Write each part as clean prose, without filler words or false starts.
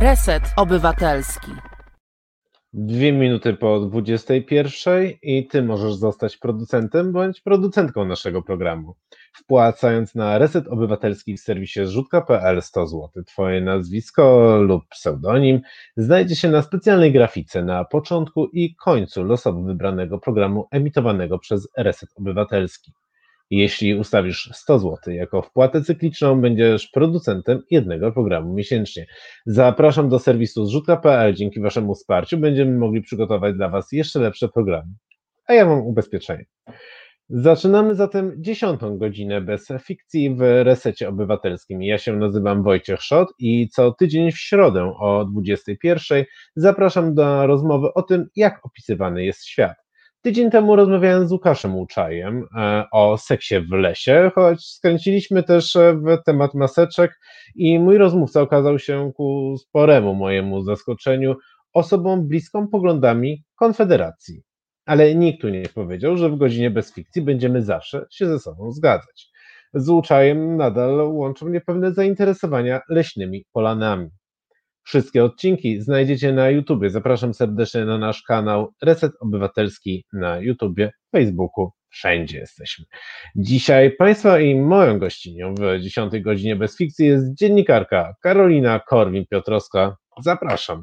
Reset Obywatelski. 2 minuty po 21 i Ty możesz zostać producentem bądź producentką naszego programu, wpłacając na Reset Obywatelski w serwisie zrzutka.pl 100 zł. Twoje nazwisko lub pseudonim znajdzie się na specjalnej grafice na początku i końcu losowo wybranego programu emitowanego przez Reset Obywatelski. Jeśli ustawisz 100 zł jako wpłatę cykliczną, będziesz producentem jednego programu miesięcznie. Zapraszam do serwisu zrzutka.pl. Dzięki Waszemu wsparciu będziemy mogli przygotować dla Was jeszcze lepsze programy. A ja mam ubezpieczenie. Zaczynamy zatem 10. godzinę bez fikcji w Resecie Obywatelskim. Ja się nazywam Wojciech Szot i co tydzień w środę o 21 zapraszam do rozmowy o tym, jak opisywany jest świat. Tydzień temu rozmawiałem z Łukaszem Łuczajem o seksie w lesie, choć skręciliśmy też w temat maseczek i mój rozmówca okazał się ku sporemu mojemu zaskoczeniu osobą bliską poglądami Konfederacji. Ale nikt tu nie powiedział, że w godzinie bez fikcji będziemy zawsze się ze sobą zgadzać. Z Łuczajem nadal łączą mnie pewne zainteresowania leśnymi polanami. Wszystkie odcinki znajdziecie na YouTubie. Zapraszam serdecznie na nasz kanał Reset Obywatelski na YouTubie, Facebooku, wszędzie jesteśmy. Dzisiaj Państwa i moją gościnią w 10. godzinie bez fikcji jest dziennikarka Karolina Korwin-Piotrowska. Zapraszam.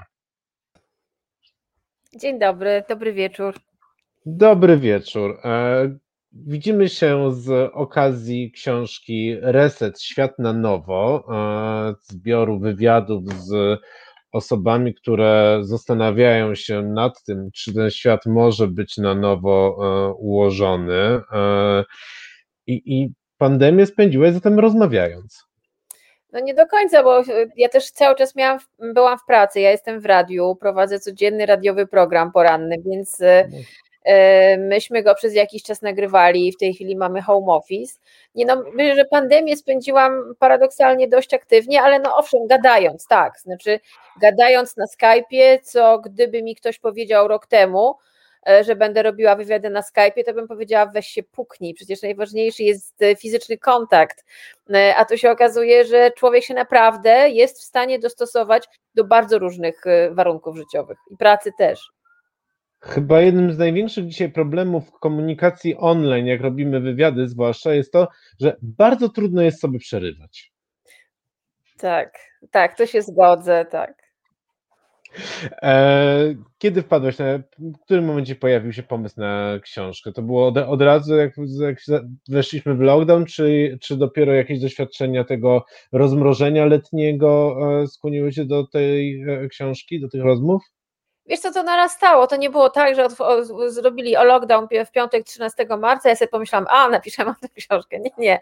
Dzień dobry, dobry wieczór. Dobry wieczór. Widzimy się z okazji książki Reset, Świat na nowo, zbioru wywiadów z osobami, które zastanawiają się nad tym, czy ten świat może być na nowo ułożony. I pandemię spędziłeś zatem rozmawiając. No nie do końca, bo ja też cały czas byłam w pracy, ja jestem w radiu, prowadzę codzienny radiowy program poranny, więc myśmy go przez jakiś czas nagrywali, w tej chwili mamy home office. Nie no, myślę, że pandemię spędziłam paradoksalnie dość aktywnie, ale no owszem, gadając, tak, znaczy gadając na Skype'ie, co gdyby mi ktoś powiedział rok temu, że będę robiła wywiady na Skype'ie, to bym powiedziała, weź się puknij, przecież najważniejszy jest fizyczny kontakt, a tu się okazuje, że człowiek się naprawdę jest w stanie dostosować do bardzo różnych warunków życiowych i pracy też. Chyba jednym z największych dzisiaj problemów w komunikacji online, jak robimy wywiady zwłaszcza, jest to, że bardzo trudno jest sobie przerywać. Tak, to się zgodzę, tak. Kiedy wpadłeś, w którym momencie pojawił się pomysł na książkę? To było od razu, jak weszliśmy w lockdown, czy dopiero jakieś doświadczenia tego rozmrożenia letniego skłoniły cię do tej książki, do tych rozmów? Wiesz co, to narastało, to nie było tak, że zrobili lockdown w piątek 13 marca, ja sobie pomyślałam, napiszę tę książkę, nie.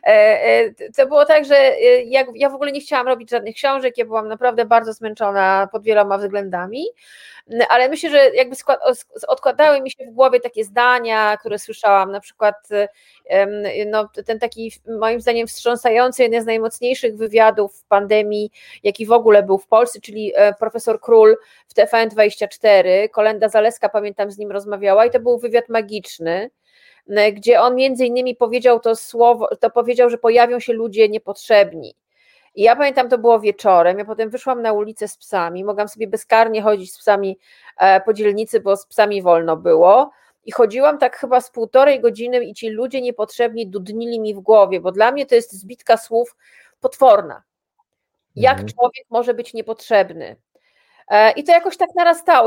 To było tak, że ja w ogóle nie chciałam robić żadnych książek, ja byłam naprawdę bardzo zmęczona pod wieloma względami, ale myślę, że jakby odkładały mi się w głowie takie zdania, które słyszałam, na przykład no, ten taki moim zdaniem wstrząsający, jeden z najmocniejszych wywiadów w pandemii, jaki w ogóle był w Polsce, czyli profesor Król w TVN24, Kolenda Zaleska, pamiętam, z nim rozmawiała i to był wywiad magiczny, gdzie on między innymi powiedział powiedział, że pojawią się ludzie niepotrzebni. I ja pamiętam, to było wieczorem, ja potem wyszłam na ulicę z psami, mogłam sobie bezkarnie chodzić z psami po dzielnicy, bo z psami wolno było i chodziłam tak chyba z 1,5 godziny i ci ludzie niepotrzebni dudnili mi w głowie, bo dla mnie to jest zbitka słów potworna. Jak człowiek może być niepotrzebny? I to jakoś tak narastało,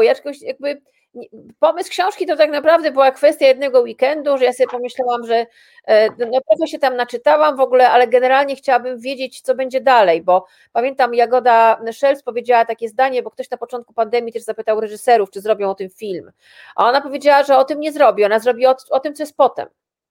pomysł książki to tak naprawdę była kwestia jednego weekendu, że ja sobie pomyślałam, że no trochę się tam naczytałam w ogóle, ale generalnie chciałabym wiedzieć, co będzie dalej, bo pamiętam, Jagoda Szelc powiedziała takie zdanie, bo ktoś na początku pandemii też zapytał reżyserów, czy zrobią o tym film, a ona powiedziała, że o tym nie zrobi, ona zrobi o tym, co jest potem.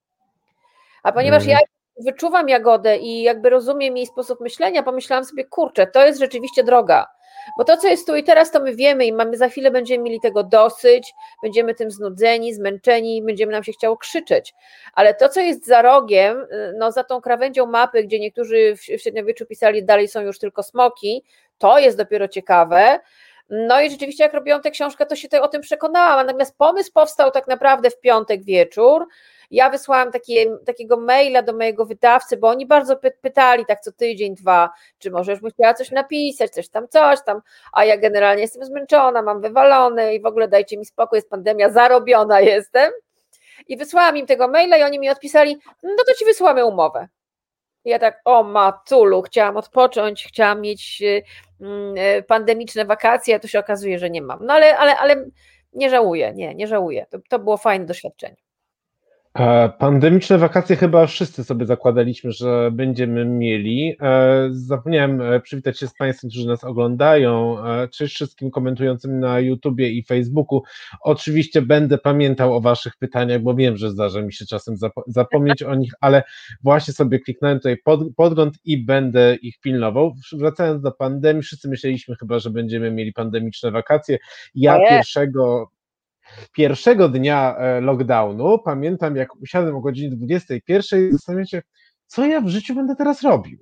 A ponieważ ja wyczuwam Jagodę i jakby rozumiem jej sposób myślenia, pomyślałam sobie, kurczę, to jest rzeczywiście droga, bo to, co jest tu i teraz, to my wiemy i za chwilę będziemy mieli tego dosyć, będziemy tym znudzeni, zmęczeni, będziemy nam się chciało krzyczeć, ale to, co jest za rogiem, no za tą krawędzią mapy, gdzie niektórzy w średniowieczu pisali, dalej są już tylko smoki, to jest dopiero ciekawe. No i rzeczywiście, jak robiłam tę książkę, to się o tym przekonałam, natomiast pomysł powstał tak naprawdę w piątek wieczór. Ja wysłałam takiego maila do mojego wydawcy, bo oni bardzo pytali tak co tydzień, dwa, czy możesz bym chciała coś napisać, coś tam, a ja generalnie jestem zmęczona, mam wywalone i w ogóle dajcie mi spokój, jest pandemia, zarobiona jestem. I wysłałam im tego maila i oni mi odpisali, no to ci wysłamy umowę. I ja tak, o matulu, chciałam odpocząć, chciałam mieć pandemiczne wakacje, a tu się okazuje, że nie mam. No ale nie żałuję, nie żałuję. To było fajne doświadczenie. Pandemiczne wakacje chyba wszyscy sobie zakładaliśmy, że będziemy mieli. Zapomniałem przywitać się z Państwem, którzy nas oglądają. Cześć wszystkim komentującym na YouTubie i Facebooku. Oczywiście będę pamiętał o Waszych pytaniach, bo wiem, że zdarza mi się czasem zapomnieć o nich, ale właśnie sobie kliknąłem tutaj podgląd i będę ich pilnował. Wracając do pandemii, wszyscy myśleliśmy chyba, że będziemy mieli pandemiczne wakacje. Ja pierwszego dnia lockdownu pamiętam, jak usiadłem o godzinie 21 i zastanawiam się, co ja w życiu będę teraz robił.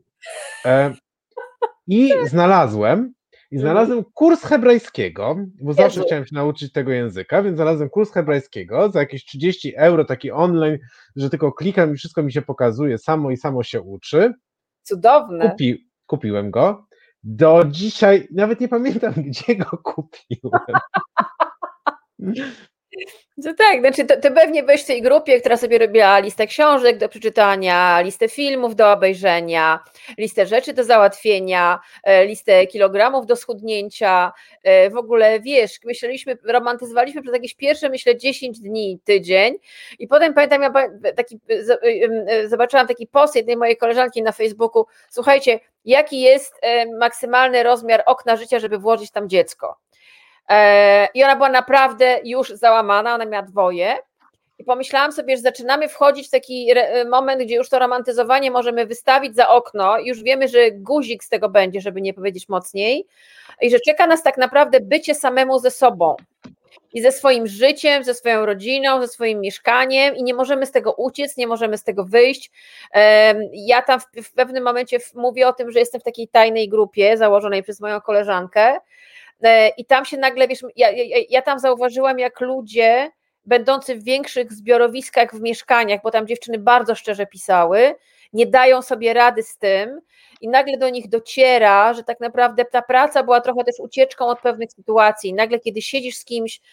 I znalazłem kurs hebrajskiego, bo zawsze chciałem się nauczyć tego języka, więc znalazłem kurs hebrajskiego za jakieś 30 euro, taki online, że tylko klikam i wszystko mi się pokazuje samo i samo się uczy. Cudowne. Kupiłem go. Do dzisiaj nawet nie pamiętam, gdzie go kupiłem. No tak, znaczy ty pewnie byłeś w tej grupie, która sobie robiła listę książek do przeczytania, listę filmów do obejrzenia, listę rzeczy do załatwienia, listę kilogramów do schudnięcia. W ogóle wiesz, romantyzowaliśmy przez jakieś pierwsze, myślę, 10 dni, tydzień i potem pamiętam, ja zobaczyłam taki post jednej mojej koleżanki na Facebooku, słuchajcie, jaki jest maksymalny rozmiar okna życia, żeby włożyć tam dziecko. I ona była naprawdę już załamana, ona miała 2 i pomyślałam sobie, że zaczynamy wchodzić w taki moment, gdzie już to romantyzowanie możemy wystawić za okno i już wiemy, że guzik z tego będzie, żeby nie powiedzieć mocniej i że czeka nas tak naprawdę bycie samemu ze sobą i ze swoim życiem, ze swoją rodziną, ze swoim mieszkaniem i nie możemy z tego uciec, nie możemy z tego wyjść. Ja tam w pewnym momencie mówię o tym, że jestem w takiej tajnej grupie założonej przez moją koleżankę. I tam się nagle, wiesz, ja tam zauważyłam, jak ludzie będący w większych zbiorowiskach w mieszkaniach, bo tam dziewczyny bardzo szczerze pisały, nie dają sobie rady z tym i nagle do nich dociera, że tak naprawdę ta praca była trochę też ucieczką od pewnych sytuacji. Nagle, kiedy siedzisz z kimś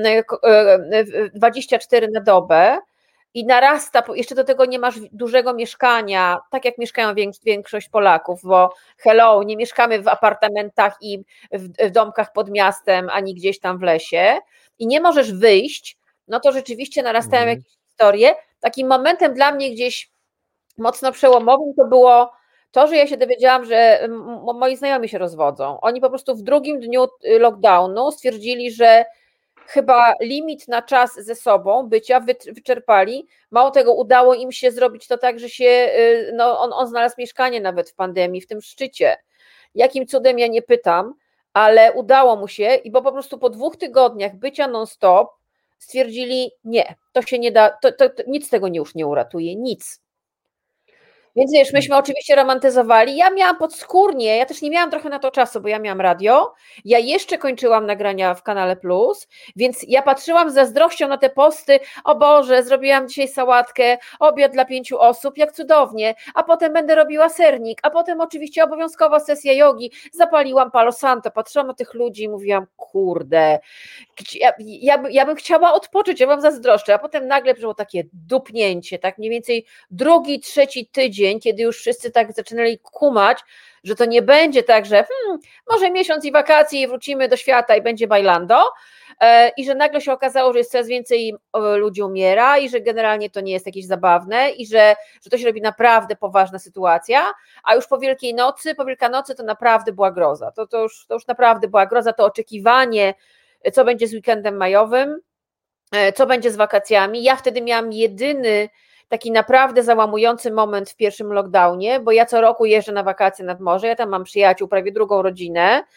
24 na dobę i narasta, jeszcze do tego nie masz dużego mieszkania, tak jak mieszkają większość Polaków, bo hello, nie mieszkamy w apartamentach i w domkach pod miastem, ani gdzieś tam w lesie i nie możesz wyjść, no to rzeczywiście narastają jakieś historie. Takim momentem dla mnie gdzieś mocno przełomowym to było to, że ja się dowiedziałam, że moi znajomi się rozwodzą. Oni po prostu w drugim dniu lockdownu stwierdzili, że chyba limit na czas ze sobą bycia wyczerpali. Mało tego, udało im się zrobić to tak, że się, no on znalazł mieszkanie nawet w pandemii, w tym szczycie. Jakim cudem, ja nie pytam, ale udało mu się i bo po prostu po 2 tygodniach bycia non-stop stwierdzili, nie, to się nie da, to nic z tego już nie uratuje, nic. Więc wiesz, myśmy oczywiście romantyzowali, ja miałam podskórnie, ja też nie miałam trochę na to czasu, bo ja miałam radio, ja jeszcze kończyłam nagrania w Kanale Plus, więc ja patrzyłam z zazdrością na te posty, o Boże, zrobiłam dzisiaj sałatkę, obiad dla 5 osób, jak cudownie, a potem będę robiła sernik, a potem oczywiście obowiązkowa sesja jogi, zapaliłam Palo Santo, patrzyłam na tych ludzi i mówiłam, kurde, ja bym chciała odpocząć, ja wam zazdroszczę, a potem nagle było takie dupnięcie, tak mniej więcej 2., 3. tydzień, kiedy już wszyscy tak zaczynali kumać, że to nie będzie tak, że może miesiąc i wakacje i wrócimy do świata i będzie bailando i że nagle się okazało, że jest coraz więcej ludzi umiera i że generalnie to nie jest jakieś zabawne i że to się robi naprawdę poważna sytuacja, a już po Wielkanocy to naprawdę była groza, to już naprawdę była groza, to oczekiwanie, co będzie z weekendem majowym, co będzie z wakacjami. Ja wtedy miałam jedyny taki naprawdę załamujący moment w pierwszym lockdownie, bo ja co roku jeżdżę na wakacje nad morze, ja tam mam przyjaciół, prawie drugą rodzinę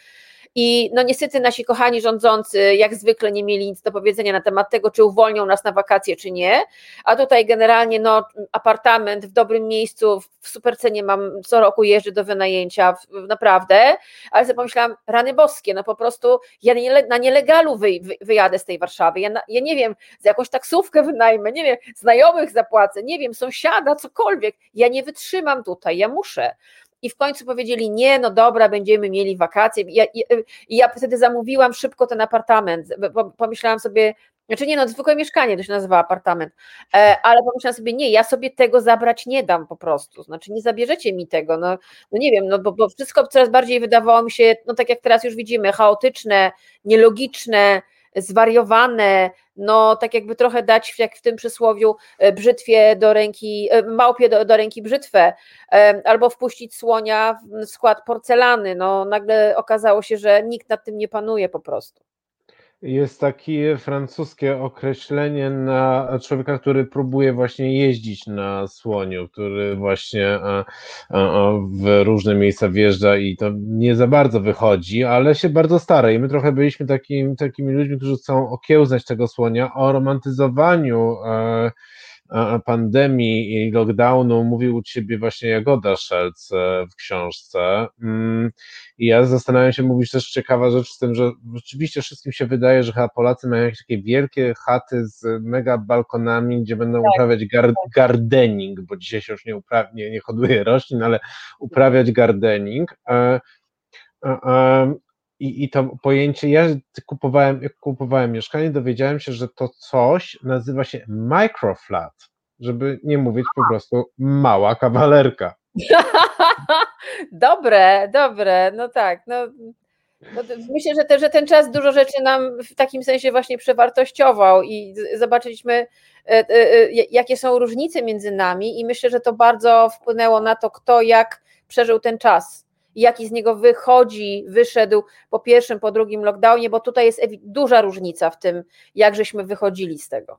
I no niestety nasi kochani rządzący jak zwykle nie mieli nic do powiedzenia na temat tego, czy uwolnią nas na wakacje, czy nie, a tutaj generalnie no apartament w dobrym miejscu, w supercenie mam, co roku jeżdżę do wynajęcia, naprawdę, ale sobie pomyślałam, rany boskie, no po prostu ja na nielegalu wyjadę z tej Warszawy, ja nie wiem, za jakąś taksówkę wynajmę, nie wiem, znajomych zapłacę, nie wiem, sąsiada, cokolwiek, ja nie wytrzymam tutaj, ja muszę. I w końcu powiedzieli, nie, no dobra, będziemy mieli wakacje. Ja wtedy zamówiłam szybko ten apartament, pomyślałam sobie, znaczy nie, no zwykłe mieszkanie, to się nazywa apartament, ale pomyślałam sobie, nie, ja sobie tego zabrać nie dam po prostu, znaczy nie zabierzecie mi tego, no nie wiem, no bo wszystko coraz bardziej wydawało mi się, no tak jak teraz już widzimy, chaotyczne, nielogiczne, zwariowane, no tak jakby trochę dać, jak w tym przysłowiu, brzytwie do ręki, małpie do ręki brzytwę, albo wpuścić słonia w skład porcelany, no nagle okazało się, że nikt nad tym nie panuje po prostu. Jest takie francuskie określenie na człowieka, który próbuje właśnie jeździć na słoniu, który właśnie w różne miejsca wjeżdża i to nie za bardzo wychodzi, ale się bardzo stara. I my trochę byliśmy takimi ludźmi, którzy chcą okiełznać tego słonia. O romantyzowaniu pandemii i lockdownu mówił u ciebie właśnie Jagoda Szelc w książce. I ja zastanawiam się, mówisz też ciekawa rzecz z tym, że rzeczywiście wszystkim się wydaje, że chyba Polacy mają jakieś takie wielkie chaty z mega balkonami, gdzie będą uprawiać gardening, bo dzisiaj się już nie hoduje roślin, ale uprawiać gardening. I to pojęcie, jak kupowałem mieszkanie, dowiedziałem się, że to coś nazywa się microflat, żeby nie mówić po prostu mała kawalerka. Dobre, no tak, no myślę, że ten czas dużo rzeczy nam w takim sensie właśnie przewartościował i zobaczyliśmy, jakie są różnice między nami i myślę, że to bardzo wpłynęło na to, kto jak przeżył ten czas, jaki z niego wyszedł po pierwszym, po drugim lockdownie, bo tutaj jest duża różnica w tym, jak żeśmy wychodzili z tego.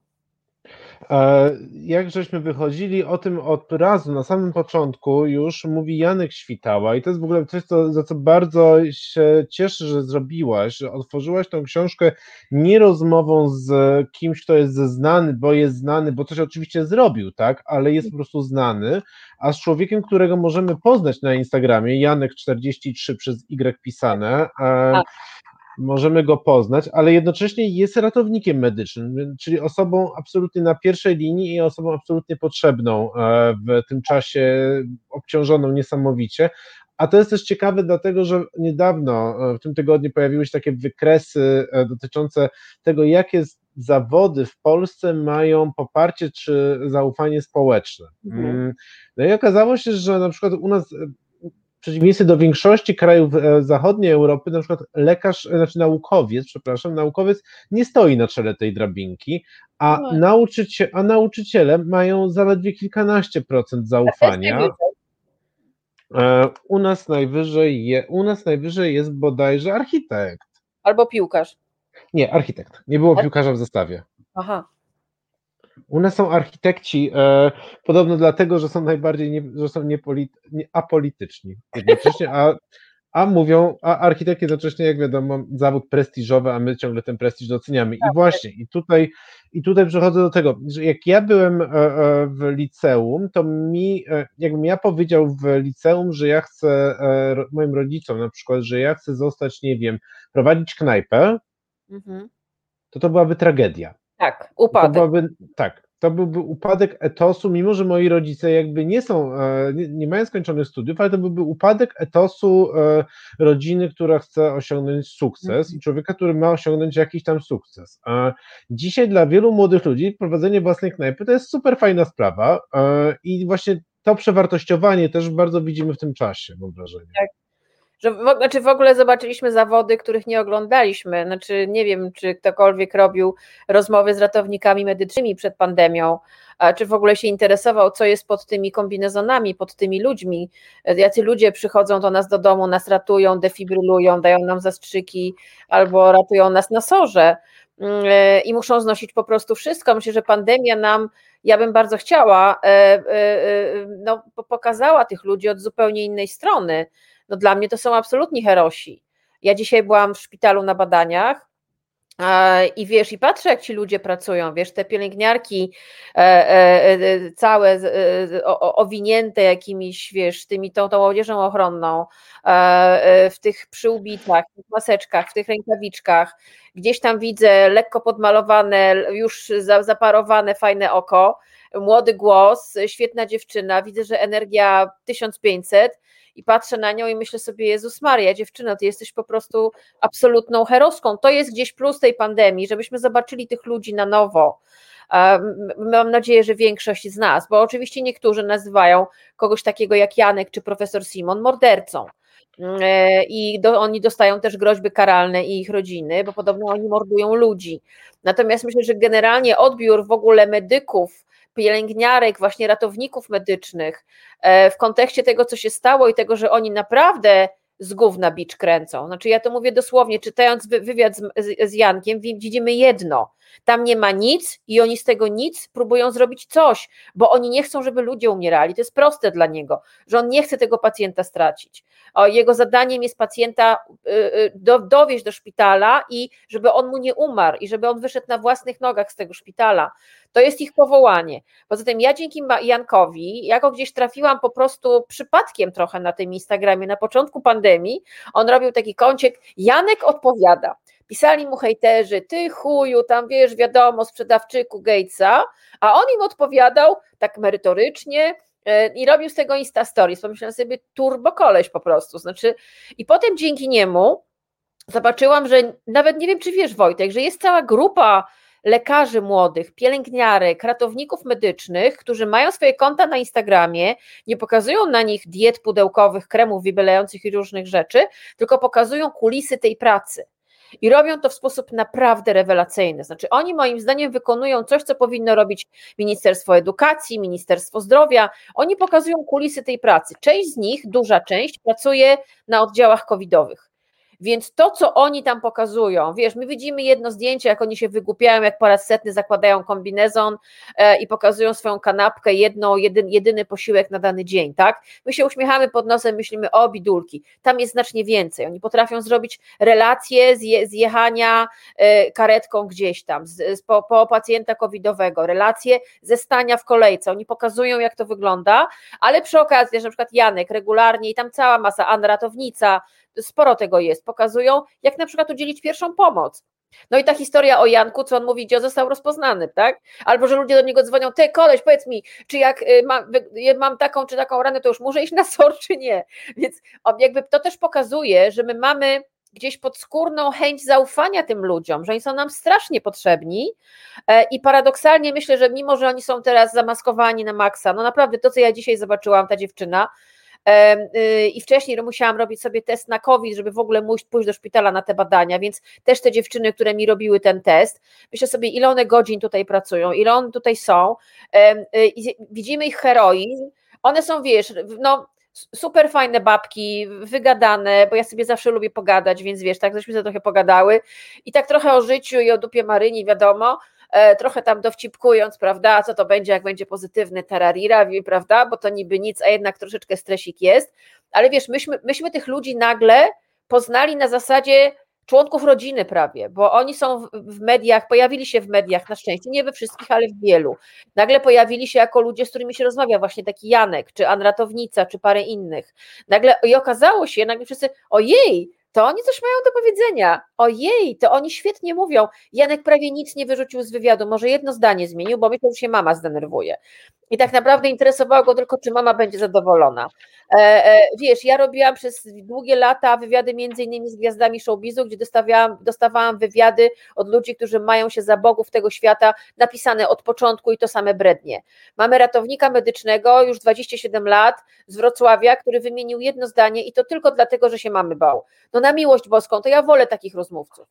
Jak żeśmy wychodzili, o tym od razu, na samym początku już mówi Janek Świtała i to jest w ogóle coś, za co bardzo się cieszę, że zrobiłaś, że otworzyłaś tą książkę nie rozmową z kimś, kto jest znany, bo coś oczywiście zrobił, tak, ale jest po prostu znany, a z człowiekiem, którego możemy poznać na Instagramie, Janek43 przez Y pisane, możemy go poznać, ale jednocześnie jest ratownikiem medycznym, czyli osobą absolutnie na pierwszej linii i osobą absolutnie potrzebną w tym czasie, obciążoną niesamowicie. A to jest też ciekawe, dlatego że niedawno, w tym tygodniu pojawiły się takie wykresy dotyczące tego, jakie zawody w Polsce mają poparcie czy zaufanie społeczne. No i okazało się, że na przykład u nas, w przeciwieństwie do większości krajów zachodniej Europy, na przykład naukowiec nie stoi na czele tej drabinki, a nauczyciele mają zaledwie kilkanaście procent zaufania. U nas najwyżej jest bodajże architekt. Albo piłkarz. Nie, architekt. Nie było piłkarza w zestawie. Aha. U nas są architekci, podobno dlatego, że są najbardziej apolityczni jednocześnie, a architekt jednocześnie, jak wiadomo, zawód prestiżowy, a my ciągle ten prestiż doceniamy. I właśnie, i tutaj przechodzę do tego, że jak ja byłem w liceum, to jakbym ja powiedział w liceum, że ja chcę moim rodzicom na przykład, że ja chcę zostać, nie wiem, prowadzić knajpę, to byłaby tragedia. Tak, upadek. To byłby upadek etosu, mimo że moi rodzice jakby nie mają skończonych studiów, ale to byłby upadek etosu rodziny, która chce osiągnąć sukces i człowieka, który ma osiągnąć jakiś tam sukces. A dzisiaj dla wielu młodych ludzi prowadzenie własnej knajpy to jest super fajna sprawa i właśnie to przewartościowanie też bardzo widzimy w tym czasie, mam wrażenie. Tak. Znaczy w ogóle zobaczyliśmy zawody, których nie oglądaliśmy, znaczy nie wiem, czy ktokolwiek robił rozmowy z ratownikami medycznymi przed pandemią, czy w ogóle się interesował, co jest pod tymi kombinezonami, pod tymi ludźmi, jacy ludzie przychodzą do nas do domu, nas ratują, defibrylują, dają nam zastrzyki albo ratują nas na sorze i muszą znosić po prostu wszystko. Myślę, że pandemia ja bym bardzo chciała, pokazała tych ludzi od zupełnie innej strony. No dla mnie to są absolutni herosi. Ja dzisiaj byłam w szpitalu na badaniach i wiesz, i patrzę, jak ci ludzie pracują, wiesz, te pielęgniarki całe owinięte jakimiś, wiesz, tą odzieżą ochronną, w tych przyłbicach, w tych maseczkach, w tych rękawiczkach, gdzieś tam widzę lekko podmalowane, już zaparowane, fajne oko, młody głos, świetna dziewczyna, widzę, że energia 1500 i patrzę na nią i myślę sobie, Jezus Maria, dziewczyno, ty jesteś po prostu absolutną heroską. To jest gdzieś plus tej pandemii, żebyśmy zobaczyli tych ludzi na nowo. Mam nadzieję, że większość z nas, bo oczywiście niektórzy nazywają kogoś takiego jak Janek czy profesor Simon mordercą. I oni dostają też groźby karalne i ich rodziny, bo podobno oni mordują ludzi. Natomiast myślę, że generalnie odbiór w ogóle medyków, pielęgniarek, właśnie ratowników medycznych w kontekście tego, co się stało i tego, że oni naprawdę z gówna bicz kręcą. Znaczy ja to mówię dosłownie, czytając wywiad z Jankiem, widzimy jedno, tam nie ma nic i oni z tego nic próbują zrobić coś, bo oni nie chcą, żeby ludzie umierali, to jest proste dla niego, że on nie chce tego pacjenta stracić. Jego zadaniem jest pacjenta dowieźć do szpitala i żeby on mu nie umarł i żeby on wyszedł na własnych nogach z tego szpitala. To jest ich powołanie. Poza tym ja dzięki Jankowi, ja go gdzieś trafiłam po prostu przypadkiem trochę na tym Instagramie na początku pandemii, on robił taki kącik, Janek odpowiada. Pisali mu hejterzy, ty chuju, tam wiesz, wiadomo, sprzedawczyku Gatesa, a on im odpowiadał tak merytorycznie i robił z tego Insta Stories. Pomyślałam sobie, turbo koleś po prostu. Znaczy, i potem dzięki niemu zobaczyłam, że nawet nie wiem, czy wiesz, Wojtek, że jest cała grupa lekarzy młodych, pielęgniarek, ratowników medycznych, którzy mają swoje konta na Instagramie, nie pokazują na nich diet pudełkowych, kremów widelających i różnych rzeczy, tylko pokazują kulisy tej pracy. I robią to w sposób naprawdę rewelacyjny. Znaczy oni moim zdaniem wykonują coś, co powinno robić Ministerstwo Edukacji, Ministerstwo Zdrowia. Oni pokazują kulisy tej pracy. Część z nich, duża część, pracuje na oddziałach covidowych. Więc to, co oni tam pokazują, wiesz, my widzimy jedno zdjęcie, jak oni się wygłupiają, jak po raz setny zakładają kombinezon i pokazują swoją kanapkę, jedyny posiłek na dany dzień, tak? My się uśmiechamy pod nosem, myślimy, o bidulki, tam jest znacznie więcej, oni potrafią zrobić relacje z jechania karetką gdzieś tam, po pacjenta covidowego, relacje ze stania w kolejce, oni pokazują, jak to wygląda, ale przy okazji, że na przykład Janek regularnie i tam cała masa, Anna ratownica, sporo tego jest, pokazują, jak na przykład udzielić pierwszą pomoc. No i ta historia o Janku, co on mówi, gdzie został rozpoznany, tak? Albo, że ludzie do niego dzwonią, ty koleś, powiedz mi, czy jak mam taką czy taką ranę, to już muszę iść na SOR, czy nie? Więc jakby to też pokazuje, że my mamy gdzieś podskórną chęć zaufania tym ludziom, że oni są nam strasznie potrzebni i paradoksalnie myślę, że mimo, że oni są teraz zamaskowani na maksa, no naprawdę to, co ja dzisiaj zobaczyłam, ta dziewczyna, i wcześniej musiałam robić sobie test na COVID, żeby w ogóle pójść do szpitala na te badania, więc też te dziewczyny, które mi robiły ten test, myślę sobie, ile one godzin tutaj pracują, ile one tutaj są, i widzimy ich heroizm, one są, wiesz, no super fajne babki, wygadane, bo ja sobie zawsze lubię pogadać, więc wiesz, tak żeśmy sobie trochę pogadały i tak trochę o życiu i o dupie Maryni, wiadomo, trochę tam dowcipkując, prawda, a co to będzie, jak będzie pozytywny tararira, prawda, bo to niby nic, a jednak troszeczkę stresik jest, ale wiesz, myśmy tych ludzi nagle poznali na zasadzie członków rodziny prawie, bo oni są w mediach, pojawili się w mediach na szczęście, nie we wszystkich, ale w wielu. Nagle pojawili się jako ludzie, z którymi się rozmawia, właśnie taki Janek, czy Anna Ratownica, czy parę innych. Nagle i okazało się, nagle wszyscy, ojej, to oni coś mają do powiedzenia, ojej, to oni świetnie mówią. Janek prawie nic nie wyrzucił z wywiadu, może jedno zdanie zmienił, bo myślał, że się mama zdenerwuje. I tak naprawdę interesowało go tylko, czy mama będzie zadowolona. Wiesz, ja robiłam przez długie lata wywiady między innymi z gwiazdami showbizu, gdzie dostawałam wywiady od ludzi, którzy mają się za bogów tego świata, napisane od początku i to same brednie. Mamy ratownika medycznego, już 27 lat, z Wrocławia, który wymienił jedno zdanie i to tylko dlatego, że się mamy bał. No na miłość boską, to ja wolę takich rozmówców.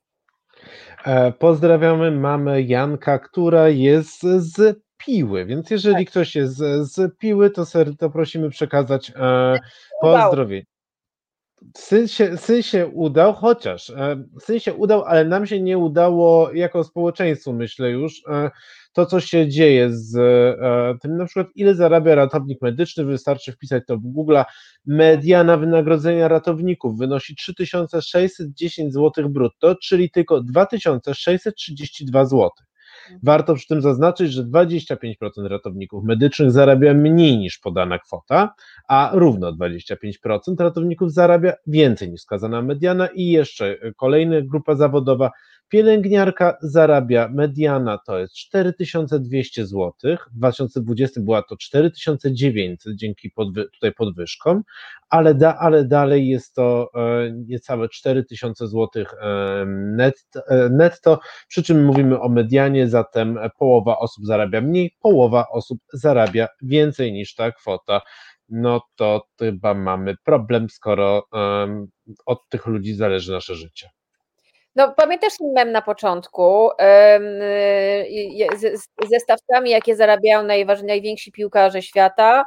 Pozdrawiamy mamę Janka, która jest z Piły, więc jeżeli ktoś jest z Piły, to prosimy przekazać pozdrowienie. Syn się udał, chociaż syn się udał, ale nam się nie udało jako społeczeństwu, myślę już, to, co się dzieje z tym, na przykład ile zarabia ratownik medyczny, wystarczy wpisać to w Google. Mediana wynagrodzenia ratowników wynosi 3610 zł brutto, czyli tylko 2632 zł. Warto przy tym zaznaczyć, że 25% ratowników medycznych zarabia mniej niż podana kwota, a równo 25% ratowników zarabia więcej niż wskazana mediana i jeszcze kolejna grupa zawodowa, pielęgniarka zarabia mediana to jest 4200 zł, w 2020 była to 4900 dzięki tutaj podwyżkom, ale dalej jest to niecałe 4000 zł netto, przy czym mówimy o medianie, zatem połowa osób zarabia mniej, połowa osób zarabia więcej niż ta kwota. No to chyba mamy problem, skoro od tych ludzi zależy nasze życie. No pamiętasz ten mem na początku ze stawkami, jakie zarabiają najwięksi piłkarze świata,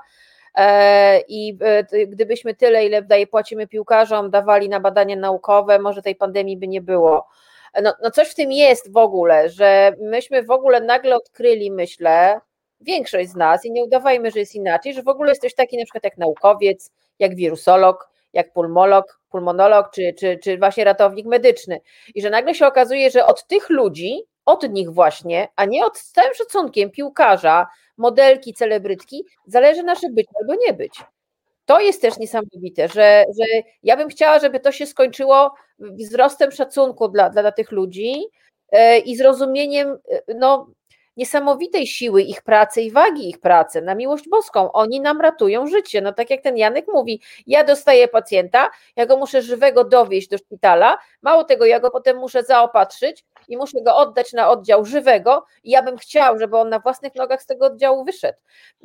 i gdybyśmy tyle, ile płacimy piłkarzom, dawali na badania naukowe, może tej pandemii by nie było. No coś w tym jest w ogóle, że myśmy w ogóle nagle odkryli, myślę, większość z nas, i nie udawajmy, że jest inaczej, że w ogóle jest ktoś taki na przykład jak naukowiec, jak wirusolog, jak pulmonolog, czy właśnie ratownik medyczny. I że nagle się okazuje, że od tych ludzi, od nich właśnie, a nie od, z całym szacunkiem, piłkarza, modelki, celebrytki, zależy nasze być albo nie być. To jest też niesamowite, że ja bym chciała, żeby to się skończyło wzrostem szacunku dla tych ludzi i zrozumieniem niesamowitej siły ich pracy i wagi ich pracy, na miłość boską. Oni nam ratują życie. No tak jak ten Janek mówi, ja dostaję pacjenta, ja go muszę żywego dowieźć do szpitala, mało tego, ja go potem muszę zaopatrzyć i muszę go oddać na oddział żywego i ja bym chciał, żeby on na własnych nogach z tego oddziału wyszedł.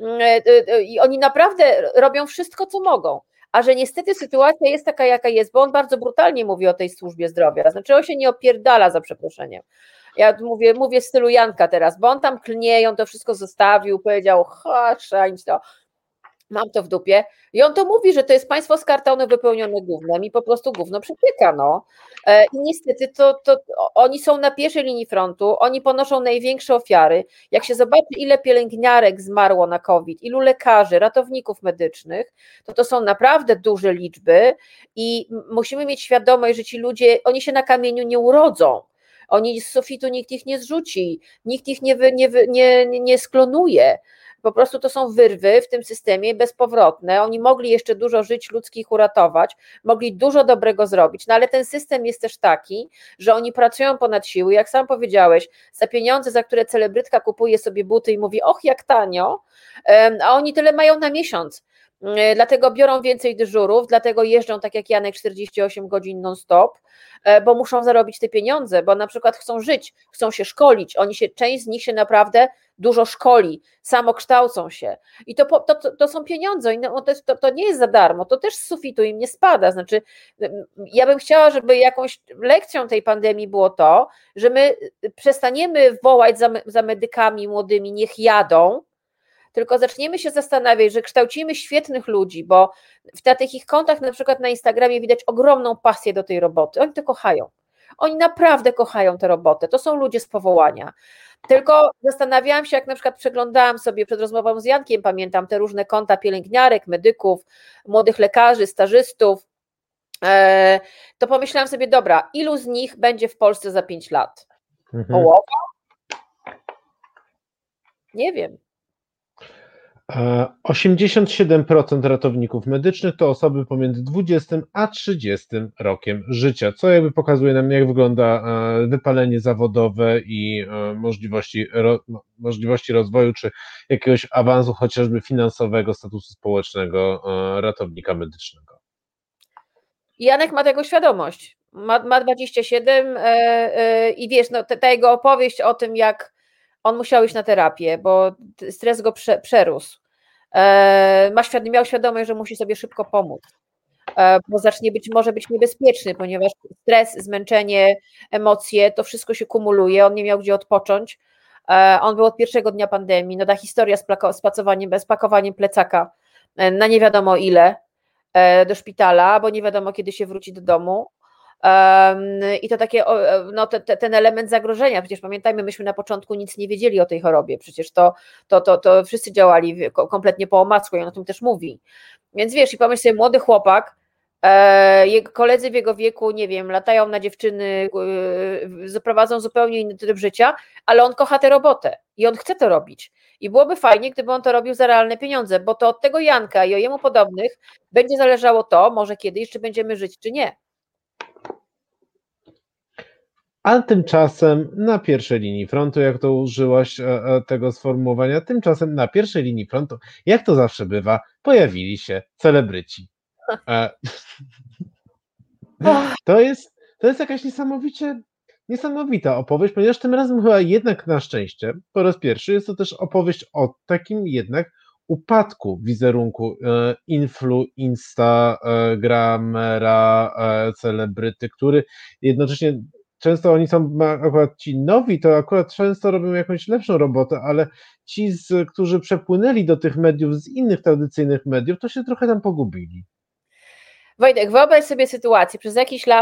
I oni naprawdę robią wszystko, co mogą. A że niestety sytuacja jest taka, jaka jest, bo on bardzo brutalnie mówi o tej służbie zdrowia, znaczy on się nie opierdala, za przeproszeniem. Ja mówię w stylu Janka teraz, bo on tam klnie, on to wszystko zostawił, powiedział, szańc to, mam to w dupie. I on to mówi, że to jest państwo z kartonu wypełnione gównem i po prostu gówno przecieka, no. I niestety to oni są na pierwszej linii frontu, oni ponoszą największe ofiary. Jak się zobaczy, ile pielęgniarek zmarło na COVID, ilu lekarzy, ratowników medycznych, to są naprawdę duże liczby i musimy mieć świadomość, że ci ludzie, oni się na kamieniu nie urodzą. Oni z sufitu nikt ich nie zrzuci, nikt ich nie sklonuje. Po prostu to są wyrwy w tym systemie bezpowrotne. Oni mogli jeszcze dużo żyć ludzkich uratować, mogli dużo dobrego zrobić, no ale ten system jest też taki, że oni pracują ponad siły, jak sam powiedziałeś, za pieniądze, za które celebrytka kupuje sobie buty i mówi, och jak tanio, a oni tyle mają na miesiąc. Dlatego biorą więcej dyżurów, dlatego jeżdżą tak jak Janek 48 godzin non-stop, bo muszą zarobić te pieniądze, bo na przykład chcą żyć, chcą się szkolić, część z nich się naprawdę dużo szkoli, samokształcą się i to są pieniądze, to nie jest za darmo, to też z sufitu im nie spada, znaczy ja bym chciała, żeby jakąś lekcją tej pandemii było to, że my przestaniemy wołać za medykami młodymi, niech jadą, tylko zaczniemy się zastanawiać, że kształcimy świetnych ludzi, bo na tych ich kontach na przykład na Instagramie widać ogromną pasję do tej roboty, oni to kochają. Oni naprawdę kochają tę robotę, to są ludzie z powołania. Tylko zastanawiałam się, jak na przykład przeglądałam sobie przed rozmową z Jankiem, pamiętam te różne konta pielęgniarek, medyków, młodych lekarzy, stażystów, to pomyślałam sobie, dobra, ilu z nich będzie w Polsce za 5 lat? Połowa? Nie wiem. 87% ratowników medycznych to osoby pomiędzy 20 a 30 rokiem życia, co jakby pokazuje nam, jak wygląda wypalenie zawodowe i możliwości rozwoju, czy jakiegoś awansu chociażby finansowego, statusu społecznego ratownika medycznego. Janek ma tego świadomość, ma 27 i wiesz, no, ta jego opowieść o tym, jak on musiał iść na terapię, bo stres go przerósł. Miał świadomość, że musi sobie szybko pomóc, bo może być niebezpieczny, ponieważ stres, zmęczenie, emocje, to wszystko się kumuluje, on nie miał gdzie odpocząć. On był od pierwszego dnia pandemii, no ta historia z pakowaniem plecaka na nie wiadomo ile do szpitala, bo nie wiadomo kiedy się wróci do domu. I to takie, no, ten element zagrożenia, przecież pamiętajmy, myśmy na początku nic nie wiedzieli o tej chorobie, przecież to wszyscy działali kompletnie po omacku i on o tym też mówi. Więc wiesz, i pomyśl sobie, młody chłopak, jego koledzy w jego wieku, nie wiem, latają na dziewczyny, zaprowadzą zupełnie inny tryb życia, ale on kocha tę robotę i on chce to robić. I byłoby fajnie, gdyby on to robił za realne pieniądze, bo to od tego Janka i o jemu podobnych będzie zależało to, może kiedyś, czy będziemy żyć, czy nie. A tymczasem na pierwszej linii frontu, jak to użyłaś tego sformułowania, tymczasem na pierwszej linii frontu, jak to zawsze bywa, pojawili się celebryci. To jest jakaś niesamowita opowieść, ponieważ tym razem chyba jednak na szczęście, po raz pierwszy, jest to też opowieść o takim jednak upadku wizerunku instagramera, celebryty, który jednocześnie często oni są, akurat ci nowi, to akurat często robią jakąś lepszą robotę, ale ci, którzy przepłynęli do tych mediów z innych tradycyjnych mediów, to się trochę tam pogubili. Wojtek, wyobraź sobie sytuację, przez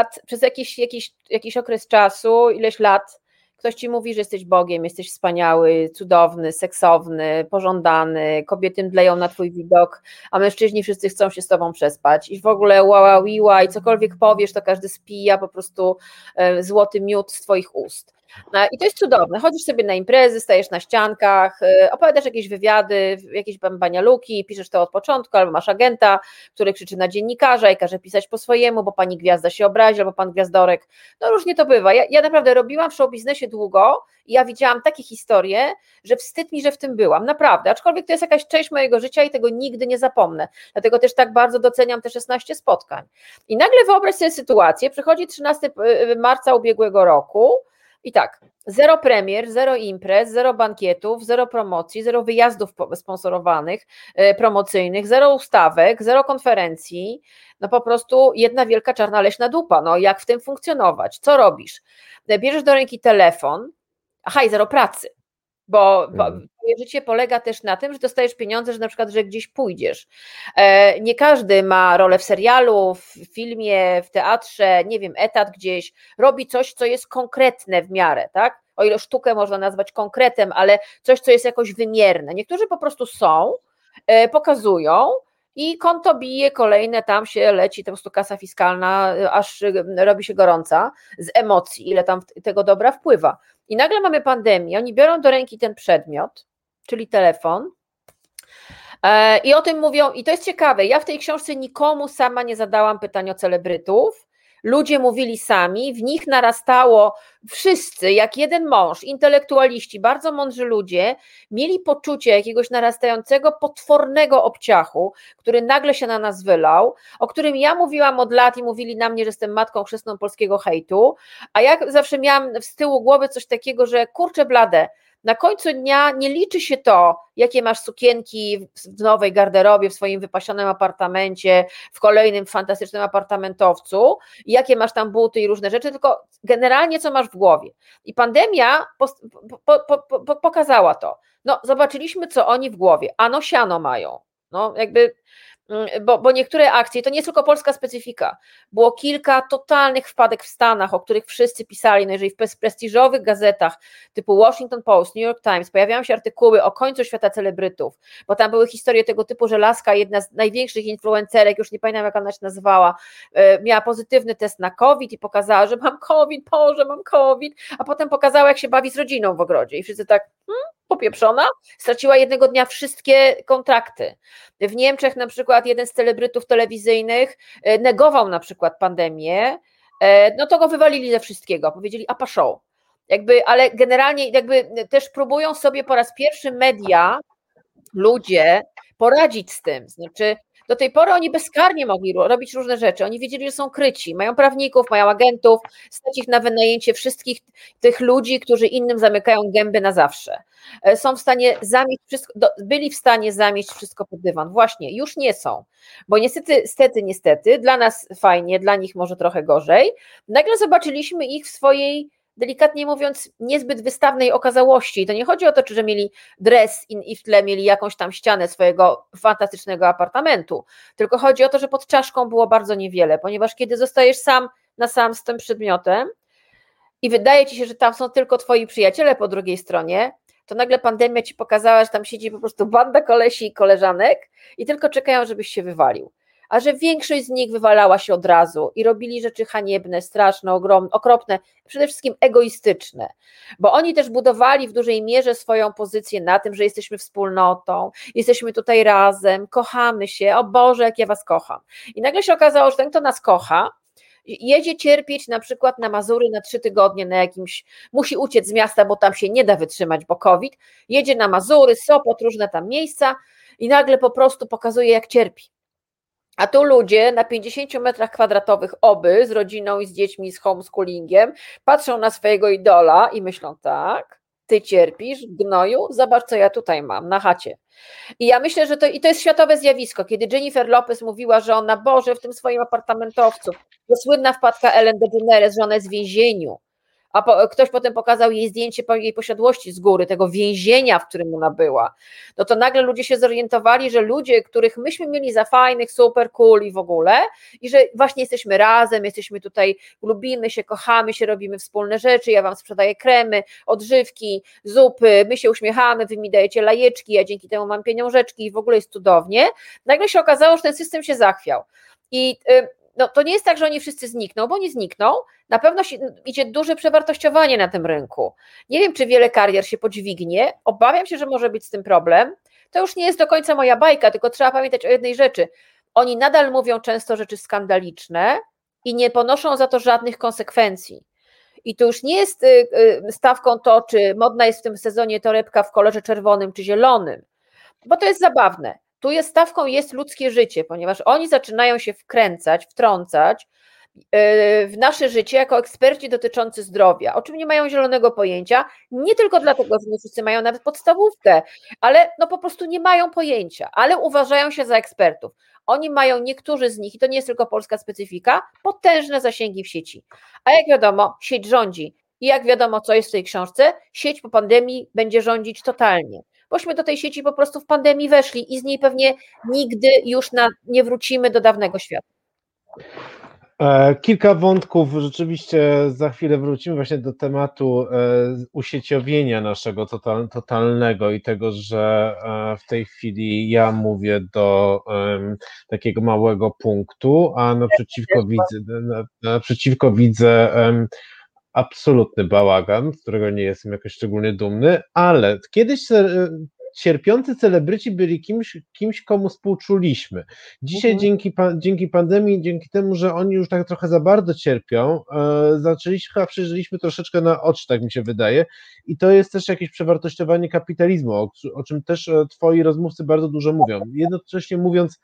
jakiś okres czasu, ileś lat, ktoś ci mówi, że jesteś Bogiem, jesteś wspaniały, cudowny, seksowny, pożądany, kobiety mdleją na twój widok, a mężczyźni wszyscy chcą się z tobą przespać i w ogóle ła, wiła i cokolwiek powiesz, to każdy spija po prostu złoty miód z twoich ust. I to jest cudowne, chodzisz sobie na imprezy, stajesz na ściankach, opowiadasz jakieś wywiady, jakieś banialuki, piszesz to od początku, albo masz agenta, który krzyczy na dziennikarza i każe pisać po swojemu, bo pani gwiazda się obrazi, albo pan gwiazdorek, no różnie to bywa. Ja naprawdę robiłam w show biznesie długo i ja widziałam takie historie, że wstyd mi, że w tym byłam, naprawdę, aczkolwiek to jest jakaś część mojego życia i tego nigdy nie zapomnę, dlatego też tak bardzo doceniam te 16 spotkań. I nagle wyobraź sobie sytuację, przychodzi 13 marca ubiegłego roku, i tak, 0 premier, 0 imprez, 0 bankietów, 0 promocji, 0 wyjazdów sponsorowanych, promocyjnych, 0 ustawek, 0 konferencji, no po prostu jedna wielka czarna leśna dupa, no jak w tym funkcjonować, co robisz? Bierzesz do ręki telefon, aha i 0 pracy, bo twoje życie polega też na tym, że dostajesz pieniądze, że na przykład, że gdzieś pójdziesz. Nie każdy ma rolę w serialu, w filmie, w teatrze, nie wiem, etat gdzieś, robi coś, co jest konkretne w miarę, tak? O ile sztukę można nazwać konkretem, ale coś, co jest jakoś wymierne. Niektórzy po prostu są, pokazują i konto bije kolejne, tam się leci po prostu kasa fiskalna, aż robi się gorąca z emocji, ile tam tego dobra wpływa. I nagle mamy pandemię, oni biorą do ręki ten przedmiot, czyli telefon, i o tym mówią, i to jest ciekawe, ja w tej książce nikomu sama nie zadałam pytań o celebrytów, ludzie mówili sami, w nich narastało wszyscy, jak jeden mąż, intelektualiści, bardzo mądrzy ludzie, mieli poczucie jakiegoś narastającego, potwornego obciachu, który nagle się na nas wylał, o którym ja mówiłam od lat i mówili na mnie, że jestem matką chrzestną polskiego hejtu, a ja zawsze miałam z tyłu głowy coś takiego, że kurczę blade, na końcu dnia nie liczy się to, jakie masz sukienki w nowej garderobie, w swoim wypasionym apartamencie, w kolejnym fantastycznym apartamentowcu, jakie masz tam buty i różne rzeczy, tylko generalnie co masz w głowie. I pandemia pokazała to. No, zobaczyliśmy, co oni w głowie. Ano siano mają. No, jakby... Bo niektóre akcje, to nie jest tylko polska specyfika, było kilka totalnych wpadek w Stanach, o których wszyscy pisali, no jeżeli w prestiżowych gazetach typu Washington Post, New York Times pojawiają się artykuły o końcu świata celebrytów, bo tam były historie tego typu, że Laska, jedna z największych influencerek, już nie pamiętam jak ona się nazywała, miała pozytywny test na COVID i pokazała, że mam COVID, Boże, mam COVID, a potem pokazała, jak się bawi z rodziną w ogrodzie i wszyscy tak, popieprzona, straciła jednego dnia wszystkie kontrakty. W Niemczech na przykład jeden z celebrytów telewizyjnych negował na przykład pandemię, no to go wywalili ze wszystkiego, powiedzieli a show. Ale generalnie też próbują sobie po raz pierwszy media, ludzie poradzić z tym, znaczy do tej pory oni bezkarnie mogli robić różne rzeczy, oni wiedzieli, że są kryci, mają prawników, mają agentów, stać ich na wynajęcie wszystkich tych ludzi, którzy innym zamykają gęby na zawsze. Są w stanie zamieść wszystko, byli w stanie zamieść wszystko pod dywan. Właśnie, już nie są, bo niestety, dla nas fajnie, dla nich może trochę gorzej, nagle zobaczyliśmy ich w swojej, delikatnie mówiąc, niezbyt wystawnej okazałości. To nie chodzi o to, że mieli dres i w tle mieli jakąś tam ścianę swojego fantastycznego apartamentu, tylko chodzi o to, że pod czaszką było bardzo niewiele, ponieważ kiedy zostajesz sam, na sam z tym przedmiotem i wydaje ci się, że tam są tylko twoi przyjaciele po drugiej stronie, to nagle pandemia ci pokazała, że tam siedzi po prostu banda kolesi i koleżanek i tylko czekają, żebyś się wywalił. A że większość z nich wywalała się od razu i robili rzeczy haniebne, straszne, okropne, przede wszystkim egoistyczne, bo oni też budowali w dużej mierze swoją pozycję na tym, że jesteśmy wspólnotą, jesteśmy tutaj razem, kochamy się, o Boże, jak ja was kocham. I nagle się okazało, że ten, kto nas kocha, jedzie cierpieć na przykład na Mazury na 3 tygodnie na jakimś, musi uciec z miasta, bo tam się nie da wytrzymać, bo COVID, jedzie na Mazury, Sopot, różne tam miejsca i nagle po prostu pokazuje, jak cierpi. A tu ludzie na 50 metrach kwadratowych oby, z rodziną i z dziećmi, z homeschoolingiem, patrzą na swojego idola i myślą, tak, ty cierpisz, gnoju, zobacz, co ja tutaj mam na chacie. I ja myślę, że to jest światowe zjawisko, kiedy Jennifer Lopez mówiła, że ona, Boże, w tym swoim apartamentowcu, to słynna wpadka Ellen DeGeneres, że ona jest w więzieniu, a ktoś potem pokazał jej zdjęcie jej posiadłości z góry, tego więzienia, w którym ona była, no to nagle ludzie się zorientowali, że ludzie, których myśmy mieli za fajnych, super cool i w ogóle, i że właśnie jesteśmy razem, jesteśmy tutaj, lubimy się, kochamy się, robimy wspólne rzeczy, ja wam sprzedaję kremy, odżywki, zupy, my się uśmiechamy, wy mi dajecie lajeczki, ja dzięki temu mam pieniążeczki i w ogóle jest cudownie. Nagle się okazało, że ten system się zachwiał. I no, to nie jest tak, że oni wszyscy znikną, bo nie znikną, na pewno idzie duże przewartościowanie na tym rynku. Nie wiem, czy wiele karier się podźwignie, obawiam się, że może być z tym problem. To już nie jest do końca moja bajka, tylko trzeba pamiętać o jednej rzeczy. Oni nadal mówią często rzeczy skandaliczne i nie ponoszą za to żadnych konsekwencji. I to już nie jest stawką to, czy modna jest w tym sezonie torebka w kolorze czerwonym czy zielonym, bo to jest zabawne. Tu jest stawką jest ludzkie życie, ponieważ oni zaczynają się wtrącać w nasze życie jako eksperci dotyczący zdrowia, o czym nie mają zielonego pojęcia, nie tylko dlatego, że nie wszyscy mają nawet podstawówkę, ale no po prostu nie mają pojęcia, ale uważają się za ekspertów. Oni mają, niektórzy z nich, i to nie jest tylko polska specyfika, potężne zasięgi w sieci. A jak wiadomo, sieć rządzi. I jak wiadomo, co jest w tej książce, sieć po pandemii będzie rządzić totalnie. Bośmy do tej sieci po prostu w pandemii weszli i z niej pewnie nigdy już nie wrócimy do dawnego świata. Kilka wątków, rzeczywiście za chwilę wrócimy właśnie do tematu usieciowienia naszego totalnego i tego, że w tej chwili ja mówię do takiego małego punktu, a naprzeciwko widzę absolutny bałagan, z którego nie jestem jakoś szczególnie dumny, ale kiedyś cierpiący celebryci byli kimś, komu współczuliśmy. Dzisiaj dzięki pandemii, dzięki temu, że oni już tak trochę za bardzo cierpią, chyba przeżyliśmy troszeczkę na oczy, tak mi się wydaje, i to jest też jakieś przewartościowanie kapitalizmu, o czym też twoi rozmówcy bardzo dużo mówią. Jednocześnie mówiąc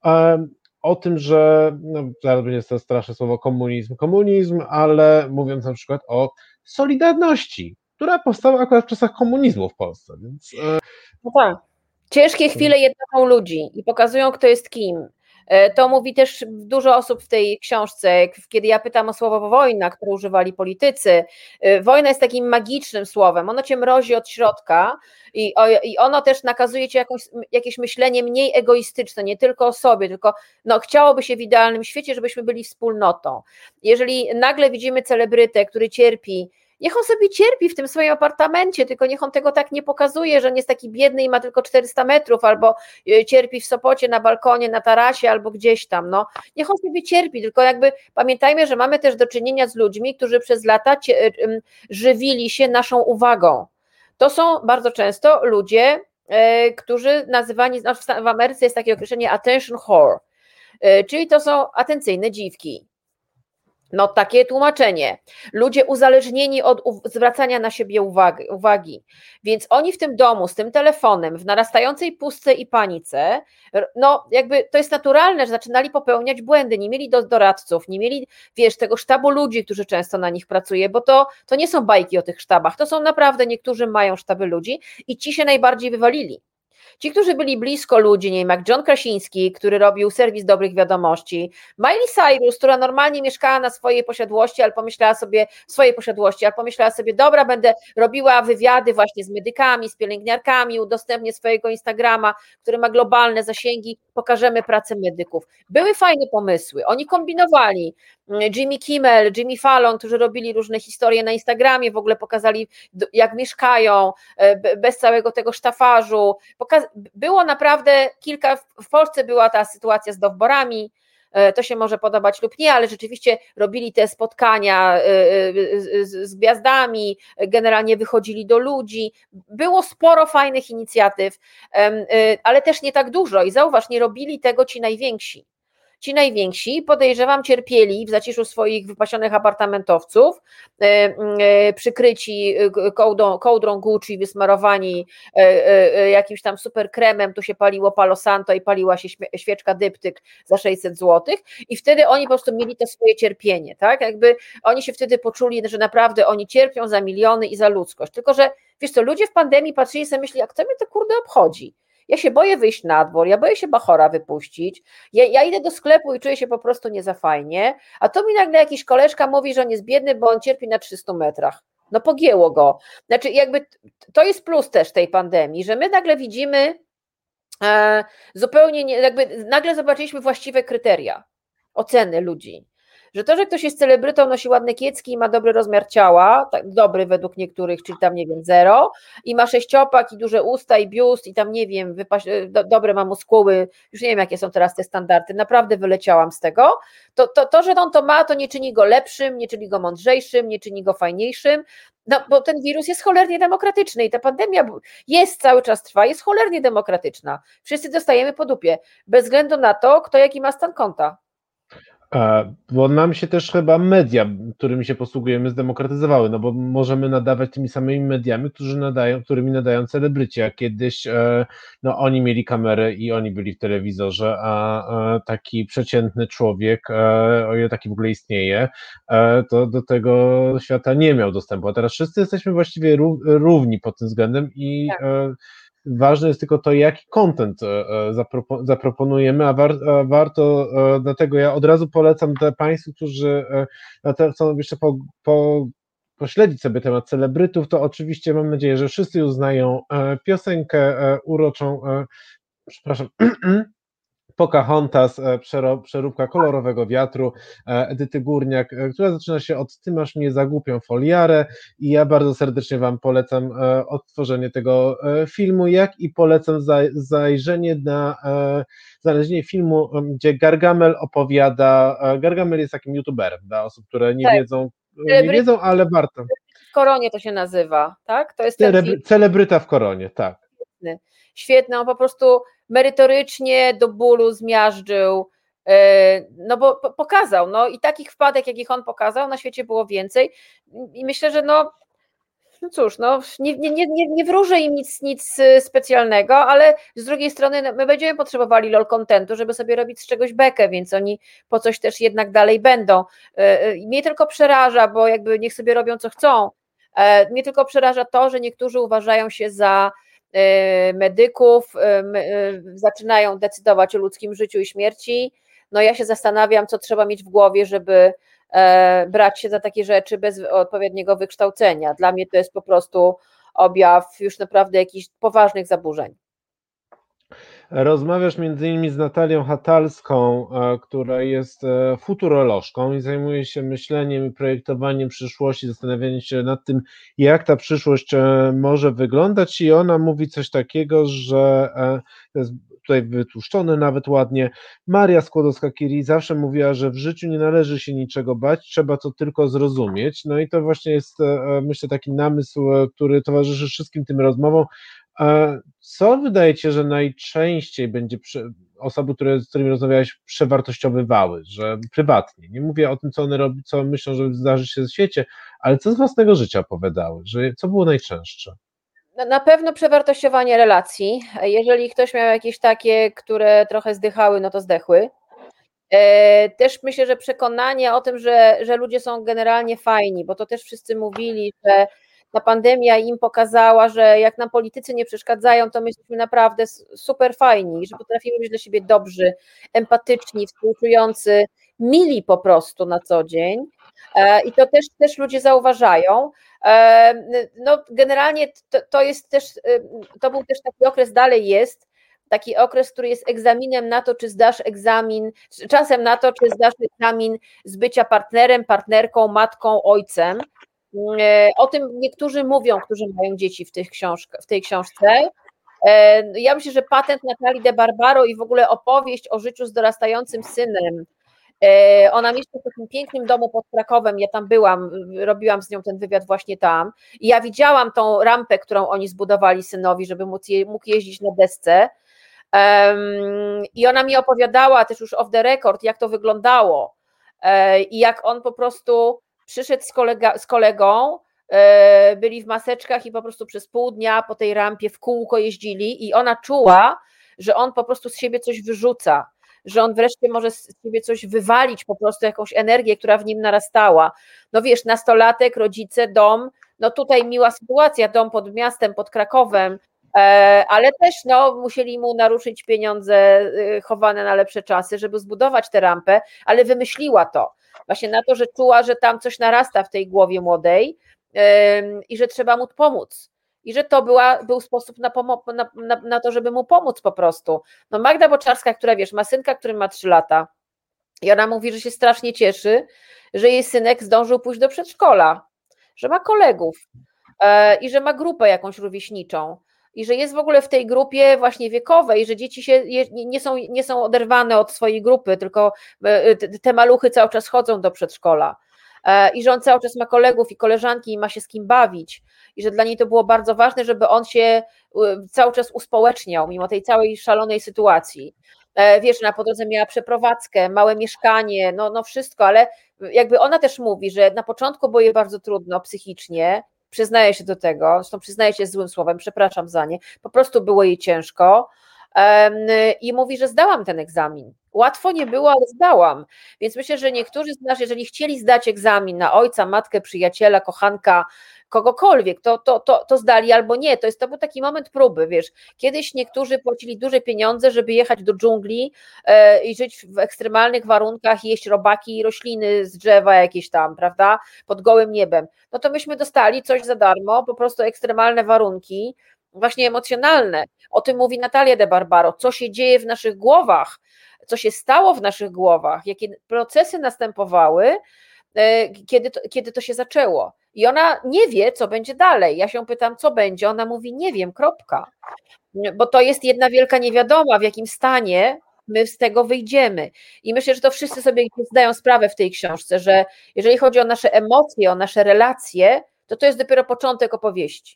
o tym, że, no, zaraz będzie to straszne słowo komunizm, ale mówiąc na przykład o Solidarności, która powstała akurat w czasach komunizmu w Polsce, więc... No tak. Ciężkie chwile jednoczą ludzi i pokazują, kto jest kim. To mówi też dużo osób w tej książce, kiedy ja pytam o słowo wojna, które używali politycy. Wojna jest takim magicznym słowem, ono cię mrozi od środka i ono też nakazuje ci jakieś myślenie mniej egoistyczne, nie tylko o sobie, tylko no, chciałoby się w idealnym świecie, żebyśmy byli wspólnotą. Jeżeli nagle widzimy celebrytę, który cierpi, niech on sobie cierpi w tym swoim apartamencie, tylko niech on tego tak nie pokazuje, że on jest taki biedny i ma tylko 400 metrów, albo cierpi w Sopocie na balkonie, na tarasie, albo gdzieś tam, no. Niech on sobie cierpi, tylko jakby pamiętajmy, że mamy też do czynienia z ludźmi, którzy przez lata żywili się naszą uwagą. To są bardzo często ludzie, którzy nazywani, w Ameryce jest takie określenie attention whore, czyli to są atencyjne dziwki. No takie tłumaczenie. Ludzie uzależnieni od zwracania na siebie uwagi. Więc oni w tym domu, z tym telefonem, w narastającej pustce i panice, no jakby to jest naturalne, że zaczynali popełniać błędy, nie mieli doradców, nie mieli, wiesz, tego sztabu ludzi, którzy często na nich pracuje, bo to nie są bajki o tych sztabach, to są naprawdę, niektórzy mają sztaby ludzi i ci się najbardziej wywalili. Ci, którzy byli blisko ludzi, nie wiem, jak John Krasiński, który robił serwis dobrych wiadomości, Miley Cyrus, która normalnie mieszkała na swojej posiadłości, ale pomyślała sobie, dobra, będę robiła wywiady właśnie z medykami, z pielęgniarkami, udostępnię swojego Instagrama, który ma globalne zasięgi, pokażemy pracę medyków. Były fajne pomysły, oni kombinowali. Jimmy Kimmel, Jimmy Fallon, którzy robili różne historie na Instagramie, w ogóle pokazali, jak mieszkają, bez całego tego sztafażu. Było naprawdę kilka, w Polsce była ta sytuacja z dowborami, to się może podobać lub nie, ale rzeczywiście robili te spotkania z gwiazdami, generalnie wychodzili do ludzi, było sporo fajnych inicjatyw, ale też nie tak dużo i zauważ, nie robili tego ci najwięksi. Ci najwięksi, podejrzewam, cierpieli w zaciszu swoich wypasionych apartamentowców, przykryci kołdrą Gucci, wysmarowani jakimś tam super kremem, tu się paliło Palo Santo i paliła się świeczka dyptyk za 600 zł i wtedy oni po prostu mieli to swoje cierpienie, tak? Jakby oni się wtedy poczuli, że naprawdę oni cierpią za miliony i za ludzkość, tylko że wiesz co, ludzie w pandemii patrzyli i sobie myśleli, a kto mnie to kurde obchodzi? Ja się boję wyjść na dwór, ja boję się bachora wypuścić, ja idę do sklepu i czuję się po prostu nie za fajnie, a to mi nagle jakiś koleżka mówi, że on jest biedny, bo on cierpi na 300 metrach. No pogięło go. Znaczy jakby to jest plus też tej pandemii, że my nagle widzimy zupełnie, jakby nagle zobaczyliśmy właściwe kryteria oceny ludzi. Że to, że ktoś jest celebrytą, nosi ładne kiecki i ma dobry rozmiar ciała, tak, dobry według niektórych, czyli tam nie wiem, 0, i ma sześciopak i duże usta i biust i tam nie wiem, dobre ma muskuły, już nie wiem jakie są teraz te standardy, naprawdę wyleciałam z tego, to że on to ma, to nie czyni go lepszym, nie czyni go mądrzejszym, nie czyni go fajniejszym, no bo ten wirus jest cholernie demokratyczny i ta pandemia jest, cały czas trwa, jest cholernie demokratyczna. Wszyscy dostajemy po dupie, bez względu na to, kto jaki ma stan konta. Bo nam się też chyba media, którymi się posługujemy, zdemokratyzowały, no bo możemy nadawać tymi samymi mediami, którymi nadają celebryci, a kiedyś no, oni mieli kamerę i oni byli w telewizorze, a taki przeciętny człowiek, o ile taki w ogóle istnieje, to do tego świata nie miał dostępu, a teraz wszyscy jesteśmy właściwie równi pod tym względem i tak. Ważne jest tylko to, jaki content zaproponujemy, a warto, dlatego ja od razu polecam Państwu, którzy chcą jeszcze pośledzić sobie temat celebrytów, to oczywiście mam nadzieję, że wszyscy uznają piosenkę uroczą, przepraszam, Pocahontas, przeróbka kolorowego wiatru Edyty Górniak, która zaczyna się od Ty masz mnie za głupią foliarę i ja bardzo serdecznie Wam polecam odtworzenie tego filmu, jak i polecam znalezienie filmu, gdzie Gargamel opowiada, Gargamel jest takim youtuberem dla osób, które nie wiedzą, ale warto. W koronie to się nazywa, tak? To jest Celebryta w koronie, tak. Świetny, on po prostu merytorycznie do bólu zmiażdżył, no bo pokazał, no i takich wpadek, jakich on pokazał, na świecie było więcej i myślę, że no cóż, no nie wróżę im nic specjalnego, ale z drugiej strony my będziemy potrzebowali LOL contentu, żeby sobie robić z czegoś bekę, więc oni po coś też jednak dalej będą. Mnie tylko przeraża, bo jakby niech sobie robią co chcą, mnie tylko przeraża to, że niektórzy uważają się za medyków, zaczynają decydować o ludzkim życiu i śmierci. No ja się zastanawiam, co trzeba mieć w głowie, żeby brać się za takie rzeczy bez odpowiedniego wykształcenia. Dla mnie to jest po prostu objaw już naprawdę jakichś poważnych zaburzeń. Rozmawiasz między innymi z Natalią Hatalską, która jest futurolożką i zajmuje się myśleniem i projektowaniem przyszłości, zastanawianiem się nad tym, jak ta przyszłość może wyglądać i ona mówi coś takiego, że to jest tutaj wytłuszczone nawet ładnie. Maria Skłodowska-Curie zawsze mówiła, że w życiu nie należy się niczego bać, trzeba to tylko zrozumieć. No i to właśnie jest, myślę, taki namysł, który towarzyszy wszystkim tym rozmowom. Co wydaje Ci się, że najczęściej będzie osoby, z którymi rozmawiałeś, przewartościowywały, że prywatnie, nie mówię o tym, co one robią, co myślą, że zdarzy się w świecie, ale co z własnego życia opowiadały, że co było najczęstsze? Na pewno przewartościowanie relacji. Jeżeli ktoś miał jakieś takie, które trochę zdychały, no to zdechły. Też myślę, że przekonanie o tym, że ludzie są generalnie fajni, bo to też wszyscy mówili, że ta pandemia im pokazała, że jak nam politycy nie przeszkadzają, to my jesteśmy naprawdę super fajni, że potrafimy być dla siebie dobrzy, empatyczni, współczujący, mili po prostu na co dzień. I to też ludzie zauważają. No generalnie to jest też, to był też taki okres, dalej jest, taki okres, który jest egzaminem na to, czy zdasz egzamin, czasem na to, czy zdasz egzamin z bycia partnerem, partnerką, matką, ojcem. O tym niektórzy mówią, którzy mają dzieci w tej książce. Ja myślę, że patent Natalii de Barbaro i w ogóle opowieść o życiu z dorastającym synem. Ona mieszka w takim pięknym domu pod Krakowem, ja tam byłam, robiłam z nią ten wywiad właśnie tam i ja widziałam tą rampę, którą oni zbudowali synowi, żeby mógł jeździć na desce. I ona mi opowiadała też już off the record, jak to wyglądało i jak on po prostu przyszedł z kolegą, byli w maseczkach i po prostu przez pół dnia po tej rampie w kółko jeździli i ona czuła, że on po prostu z siebie coś wyrzuca, że on wreszcie może z siebie coś wywalić, po prostu jakąś energię, która w nim narastała. No wiesz, nastolatek, rodzice, dom, no tutaj miła sytuacja, dom pod miastem, pod Krakowem, ale też no, musieli mu naruszyć pieniądze chowane na lepsze czasy, żeby zbudować tę rampę, ale wymyśliła to. Właśnie na to, że czuła, że tam coś narasta w tej głowie młodej i że trzeba mu pomóc. I że to był sposób na to, żeby mu pomóc po prostu. No Magda Boczarska, która wiesz, ma synka, który ma 3 lata i ona mówi, że się strasznie cieszy, że jej synek zdążył pójść do przedszkola, że ma kolegów i że ma grupę jakąś rówieśniczą i że jest w ogóle w tej grupie właśnie wiekowej, że dzieci nie są oderwane od swojej grupy, tylko te maluchy cały czas chodzą do przedszkola. I że on cały czas ma kolegów i koleżanki i ma się z kim bawić i że dla niej to było bardzo ważne, żeby on się cały czas uspołeczniał mimo tej całej szalonej sytuacji. Wiesz, na po drodze miała przeprowadzkę, małe mieszkanie, no wszystko, ale jakby ona też mówi, że na początku było jej bardzo trudno psychicznie, przyznaje się do tego, zresztą przyznaje się złym słowem, przepraszam za nie, po prostu było jej ciężko i mówi, że zdałam ten egzamin. Łatwo nie było, ale zdałam. Więc myślę, że niektórzy z nas, jeżeli chcieli zdać egzamin na ojca, matkę, przyjaciela, kochanka, kogokolwiek, to zdali albo nie. To był taki moment próby, wiesz. Kiedyś niektórzy płacili duże pieniądze, żeby jechać do dżungli i żyć w ekstremalnych warunkach, jeść robaki i rośliny z drzewa jakieś tam, prawda, pod gołym niebem. No to myśmy dostali coś za darmo, po prostu ekstremalne warunki, właśnie emocjonalne. O tym mówi Natalia de Barbaro, co się dzieje w naszych głowach, co się stało w naszych głowach, jakie procesy następowały, kiedy to się zaczęło. I ona nie wie, co będzie dalej. Ja się pytam, co będzie, ona mówi, nie wiem, kropka. Bo to jest jedna wielka niewiadoma, w jakim stanie my z tego wyjdziemy. I myślę, że to wszyscy sobie zdają sprawę w tej książce, że jeżeli chodzi o nasze emocje, o nasze relacje, to jest dopiero początek opowieści.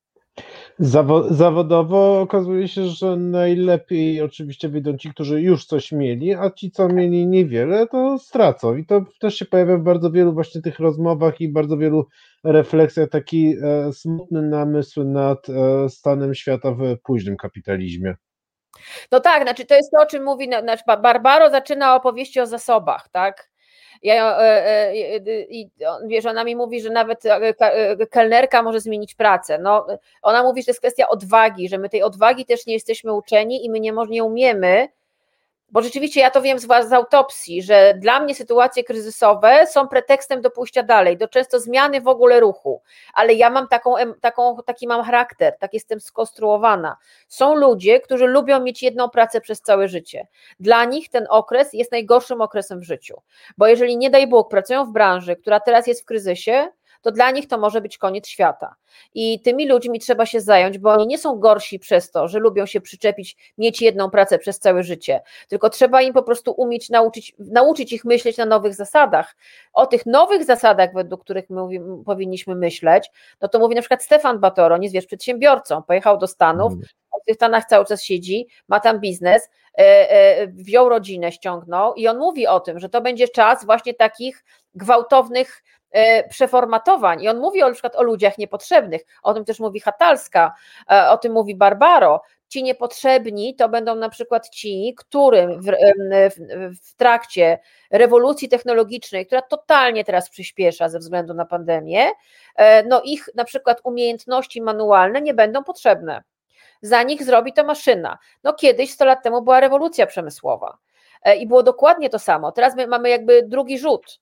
Zawodowo okazuje się, że najlepiej oczywiście wyjdą ci, którzy już coś mieli, a ci, co mieli niewiele, to stracą. I to też się pojawia w bardzo wielu właśnie tych rozmowach i bardzo wielu refleksjach taki smutny namysł nad stanem świata w późnym kapitalizmie. No tak, znaczy to jest to, o czym mówi, znaczy Barbaro zaczyna opowieści o zasobach, tak? Wiesz, ona mi mówi, że nawet kelnerka może zmienić pracę. No, ona mówi, że to jest kwestia odwagi, że my tej odwagi też nie jesteśmy uczeni i my nie umiemy, bo rzeczywiście ja to wiem z autopsji, że dla mnie sytuacje kryzysowe są pretekstem do pójścia dalej, do często zmiany w ogóle ruchu, ale ja mam taki mam charakter, tak jestem skonstruowana. Są ludzie, którzy lubią mieć jedną pracę przez całe życie. Dla nich ten okres jest najgorszym okresem w życiu, bo jeżeli nie daj Bóg pracują w branży, która teraz jest w kryzysie, to dla nich to może być koniec świata. I tymi ludźmi trzeba się zająć, bo oni nie są gorsi przez to, że lubią się przyczepić, mieć jedną pracę przez całe życie, tylko trzeba im po prostu umieć nauczyć ich myśleć na nowych zasadach. O tych nowych zasadach, według których my powinniśmy myśleć, no to mówi na przykład Stefan Bator, on jest, wiesz, przedsiębiorcą, pojechał do Stanów, w tych Stanach cały czas siedzi, ma tam biznes, wziął rodzinę, ściągnął i on mówi o tym, że to będzie czas właśnie takich gwałtownych przeformatowań i on mówi na przykład o ludziach niepotrzebnych, o tym też mówi Hatalska, o tym mówi Barbaro. Ci niepotrzebni to będą na przykład ci, którym w trakcie rewolucji technologicznej, która totalnie teraz przyspiesza ze względu na pandemię, no ich na przykład umiejętności manualne nie będą potrzebne. Za nich zrobi to maszyna. No kiedyś, 100 lat temu była rewolucja przemysłowa i było dokładnie to samo. Teraz my mamy jakby drugi rzut.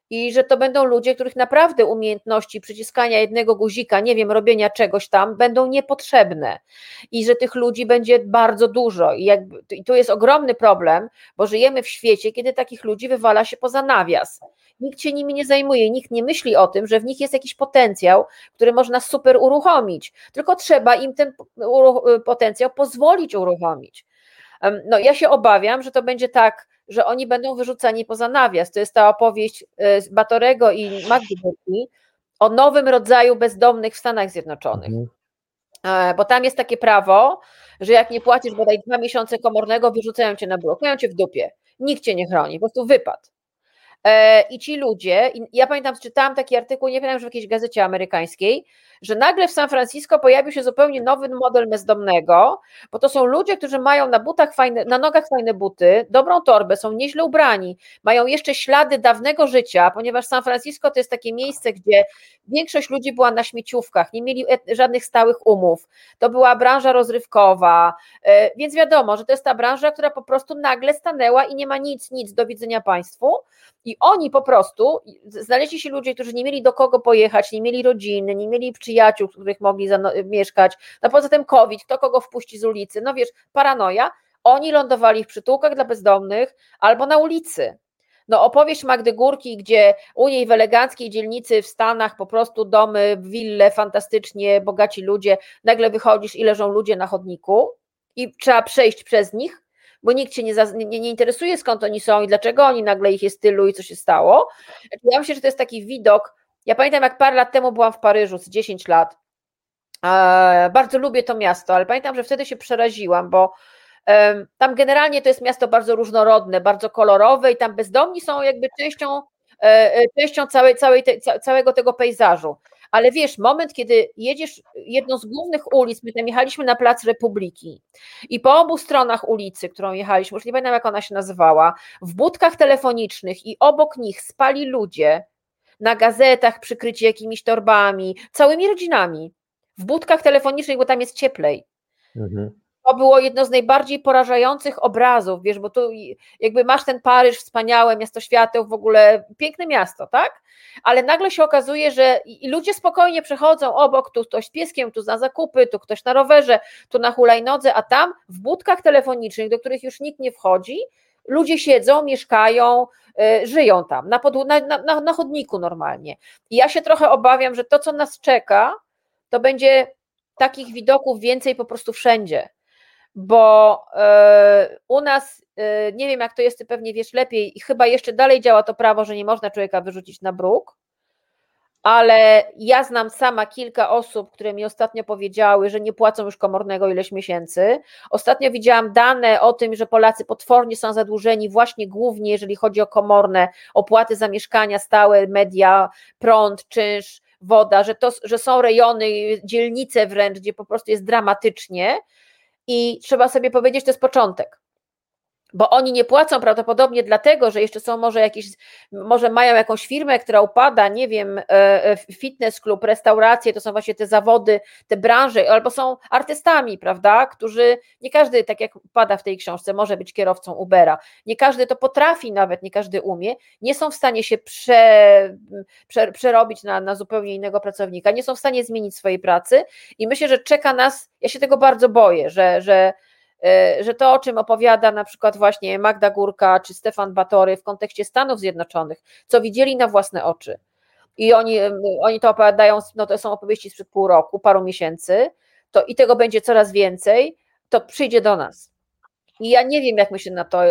i że to będą ludzie, których naprawdę umiejętności przyciskania jednego guzika, nie wiem, robienia czegoś tam, będą niepotrzebne i że tych ludzi będzie bardzo dużo i tu jest ogromny problem, bo żyjemy w świecie, kiedy takich ludzi wywala się poza nawias. Nikt się nimi nie zajmuje, nikt nie myśli o tym, że w nich jest jakiś potencjał, który można super uruchomić, tylko trzeba im ten potencjał pozwolić uruchomić. No ja się obawiam, że to będzie tak, że oni będą wyrzucani poza nawias. To jest ta opowieść Batorego i Magdy Górki o nowym rodzaju bezdomnych w Stanach Zjednoczonych. Bo tam jest takie prawo, że jak nie płacisz bodaj 2 miesiące komornego, wyrzucają cię na blok, mają cię w dupie. Nikt cię nie chroni, po prostu wypad. I ci ludzie, ja pamiętam, czytałam taki artykuł, nie pamiętam, że w jakiejś gazecie amerykańskiej, że nagle w San Francisco pojawił się zupełnie nowy model bezdomnego, bo to są ludzie, którzy mają na nogach fajne buty, dobrą torbę, są nieźle ubrani, mają jeszcze ślady dawnego życia, ponieważ San Francisco to jest takie miejsce, gdzie większość ludzi była na śmieciówkach, nie mieli żadnych stałych umów, to była branża rozrywkowa, więc wiadomo, że to jest ta branża, która po prostu nagle stanęła i nie ma nic do widzenia państwu. I oni po prostu, znaleźli się ludzie, którzy nie mieli do kogo pojechać, nie mieli rodziny, nie mieli przyjaciół, których mogli mieszkać, no poza tym COVID, kto kogo wpuści z ulicy, no wiesz, paranoja, oni lądowali w przytułkach dla bezdomnych albo na ulicy. No opowieść Magdy Górki, gdzie u niej w eleganckiej dzielnicy w Stanach po prostu domy, wille, fantastycznie, bogaci ludzie, nagle wychodzisz i leżą ludzie na chodniku i trzeba przejść przez nich, bo nikt się nie interesuje, skąd oni są i dlaczego oni nagle ich jest tylu i co się stało. Ja myślę, że to jest taki widok. Ja pamiętam, jak parę lat temu byłam w Paryżu, z 10 lat. Bardzo lubię to miasto, ale pamiętam, że wtedy się przeraziłam, bo tam generalnie to jest miasto bardzo różnorodne, bardzo kolorowe i tam bezdomni są jakby częścią całego tego pejzażu. Ale wiesz, moment, kiedy jedziesz jedną z głównych ulic, my tam jechaliśmy na Plac Republiki i po obu stronach ulicy, którą jechaliśmy, już nie pamiętam, jak ona się nazywała, w budkach telefonicznych i obok nich spali ludzie, na gazetach przykryci jakimiś torbami, całymi rodzinami, w budkach telefonicznych, bo tam jest cieplej. To było jedno z najbardziej porażających obrazów, wiesz, bo tu jakby masz ten Paryż, wspaniałe miasto świateł, w ogóle piękne miasto, tak? Ale nagle się okazuje, że i ludzie spokojnie przechodzą obok, tu ktoś z pieskiem, tu na zakupy, tu ktoś na rowerze, tu na hulajnodze, a tam w budkach telefonicznych, do których już nikt nie wchodzi, ludzie siedzą, mieszkają, żyją tam, na chodniku normalnie. I ja się trochę obawiam, że to, co nas czeka, to będzie takich widoków więcej po prostu wszędzie. Bo u nas, nie wiem jak to jest, ty pewnie wiesz lepiej i chyba jeszcze dalej działa to prawo, że nie można człowieka wyrzucić na bruk, ale ja znam sama kilka osób, które mi ostatnio powiedziały, że nie płacą już komornego ileś miesięcy. Ostatnio widziałam dane o tym, że Polacy potwornie są zadłużeni właśnie głównie jeżeli chodzi o komorne, opłaty za mieszkania stałe, media, prąd, czynsz, woda, że są rejony, dzielnice wręcz, gdzie po prostu jest dramatycznie. I trzeba sobie powiedzieć, to jest początek, bo oni nie płacą prawdopodobnie dlatego, że jeszcze są może mają jakąś firmę, która upada, nie wiem, fitness klub, restauracje, to są właśnie te zawody, te branże, albo są artystami, prawda, którzy, nie każdy, tak jak pada w tej książce, może być kierowcą Ubera, nie każdy to potrafi nawet, nie każdy umie, nie są w stanie się przerobić na zupełnie innego pracownika, nie są w stanie zmienić swojej pracy i myślę, że czeka nas, ja się tego bardzo boję, że to, o czym opowiada na przykład właśnie Magda Górka czy Stefan Batory w kontekście Stanów Zjednoczonych, co widzieli na własne oczy i oni to opowiadają, no to są opowieści sprzed pół roku, paru miesięcy, to i tego będzie coraz więcej, to przyjdzie do nas. I ja nie wiem, jak my się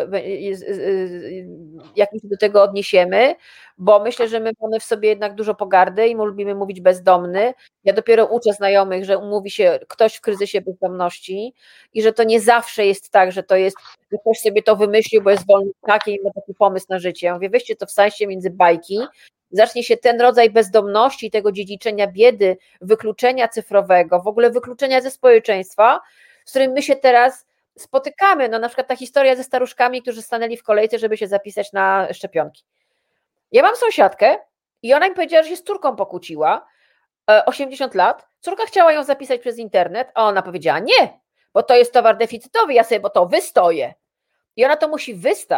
do tego odniesiemy, bo myślę, że my mamy w sobie jednak dużo pogardy i my lubimy mówić bezdomny. Ja dopiero uczę znajomych, że mówi się ktoś w kryzysie bezdomności i że to nie zawsze jest tak, że to jest, że ktoś sobie to wymyślił, bo jest wolny i ma taki pomysł na życie. Ja mówię, weźcie to wsadźcie między bajki, zacznie się ten rodzaj bezdomności, tego dziedziczenia biedy, wykluczenia cyfrowego, w ogóle wykluczenia ze społeczeństwa, z którym my się teraz spotykamy, no na przykład ta historia ze staruszkami, którzy stanęli w kolejce, żeby się zapisać na szczepionki. Ja mam sąsiadkę i ona mi powiedziała, że się z córką pokłóciła, 80 lat, córka chciała ją zapisać przez internet, a ona powiedziała nie, bo to jest towar deficytowy, ja sobie bo to wystoję. I ona to musi wystać,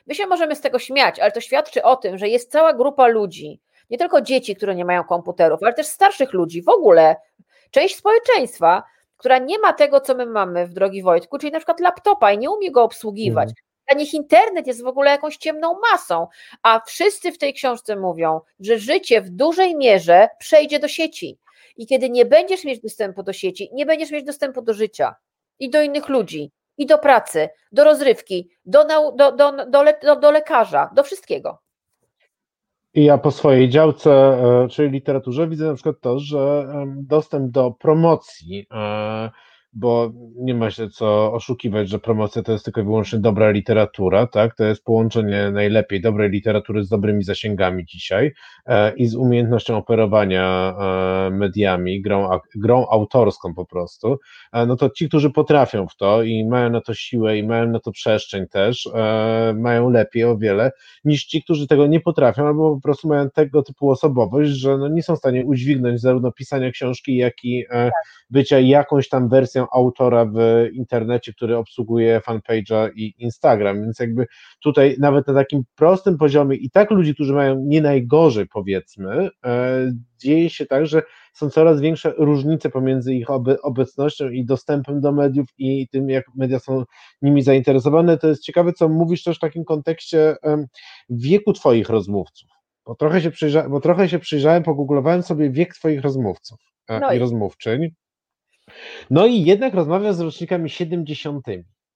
My się możemy z tego śmiać, ale to świadczy o tym, że jest cała grupa ludzi, nie tylko dzieci, które nie mają komputerów, ale też starszych ludzi, w ogóle część społeczeństwa, która nie ma tego, co my mamy w drogi Wojtku, czyli na przykład laptopa i nie umie go obsługiwać. Dla nich internet jest w ogóle jakąś ciemną masą, a wszyscy w tej książce mówią, że życie w dużej mierze przejdzie do sieci i kiedy nie będziesz mieć dostępu do sieci, nie będziesz mieć dostępu do życia i do innych ludzi, i do pracy, do rozrywki, do lekarza, do wszystkiego. I ja po swojej działce, czyli literaturze, widzę na przykład to, że dostęp do promocji, bo nie ma się co oszukiwać, że promocja to jest tylko i wyłącznie dobra literatura, tak? To jest połączenie najlepiej dobrej literatury z dobrymi zasięgami dzisiaj i z umiejętnością operowania mediami, grą autorską po prostu, no to ci, którzy potrafią w to i mają na to siłę i mają na to przestrzeń też, mają lepiej o wiele niż ci, którzy tego nie potrafią albo po prostu mają tego typu osobowość, że no nie są w stanie udźwignąć zarówno pisania książki, jak i bycia jakąś tam wersją autora w internecie, który obsługuje fanpage'a i Instagram, więc jakby tutaj nawet na takim prostym poziomie i tak ludzi, którzy mają nie najgorzej powiedzmy, dzieje się tak, że są coraz większe różnice pomiędzy ich obecnością i dostępem do mediów i tym, jak media są nimi zainteresowane. To jest ciekawe, co mówisz też w takim kontekście wieku twoich rozmówców, bo trochę się przyjrzałem, pogooglowałem sobie wiek twoich rozmówców i rozmówczyń. No i jednak rozmawiam z rocznikami 70.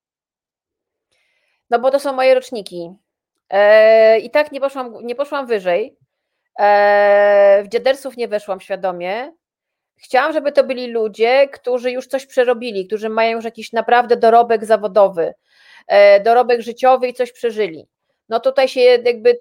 No bo to są moje roczniki. I tak nie poszłam wyżej. W dziadersów nie weszłam świadomie. Chciałam, żeby to byli ludzie, którzy już coś przerobili, którzy mają już jakiś naprawdę dorobek zawodowy, dorobek życiowy i coś przeżyli. No tutaj się jakby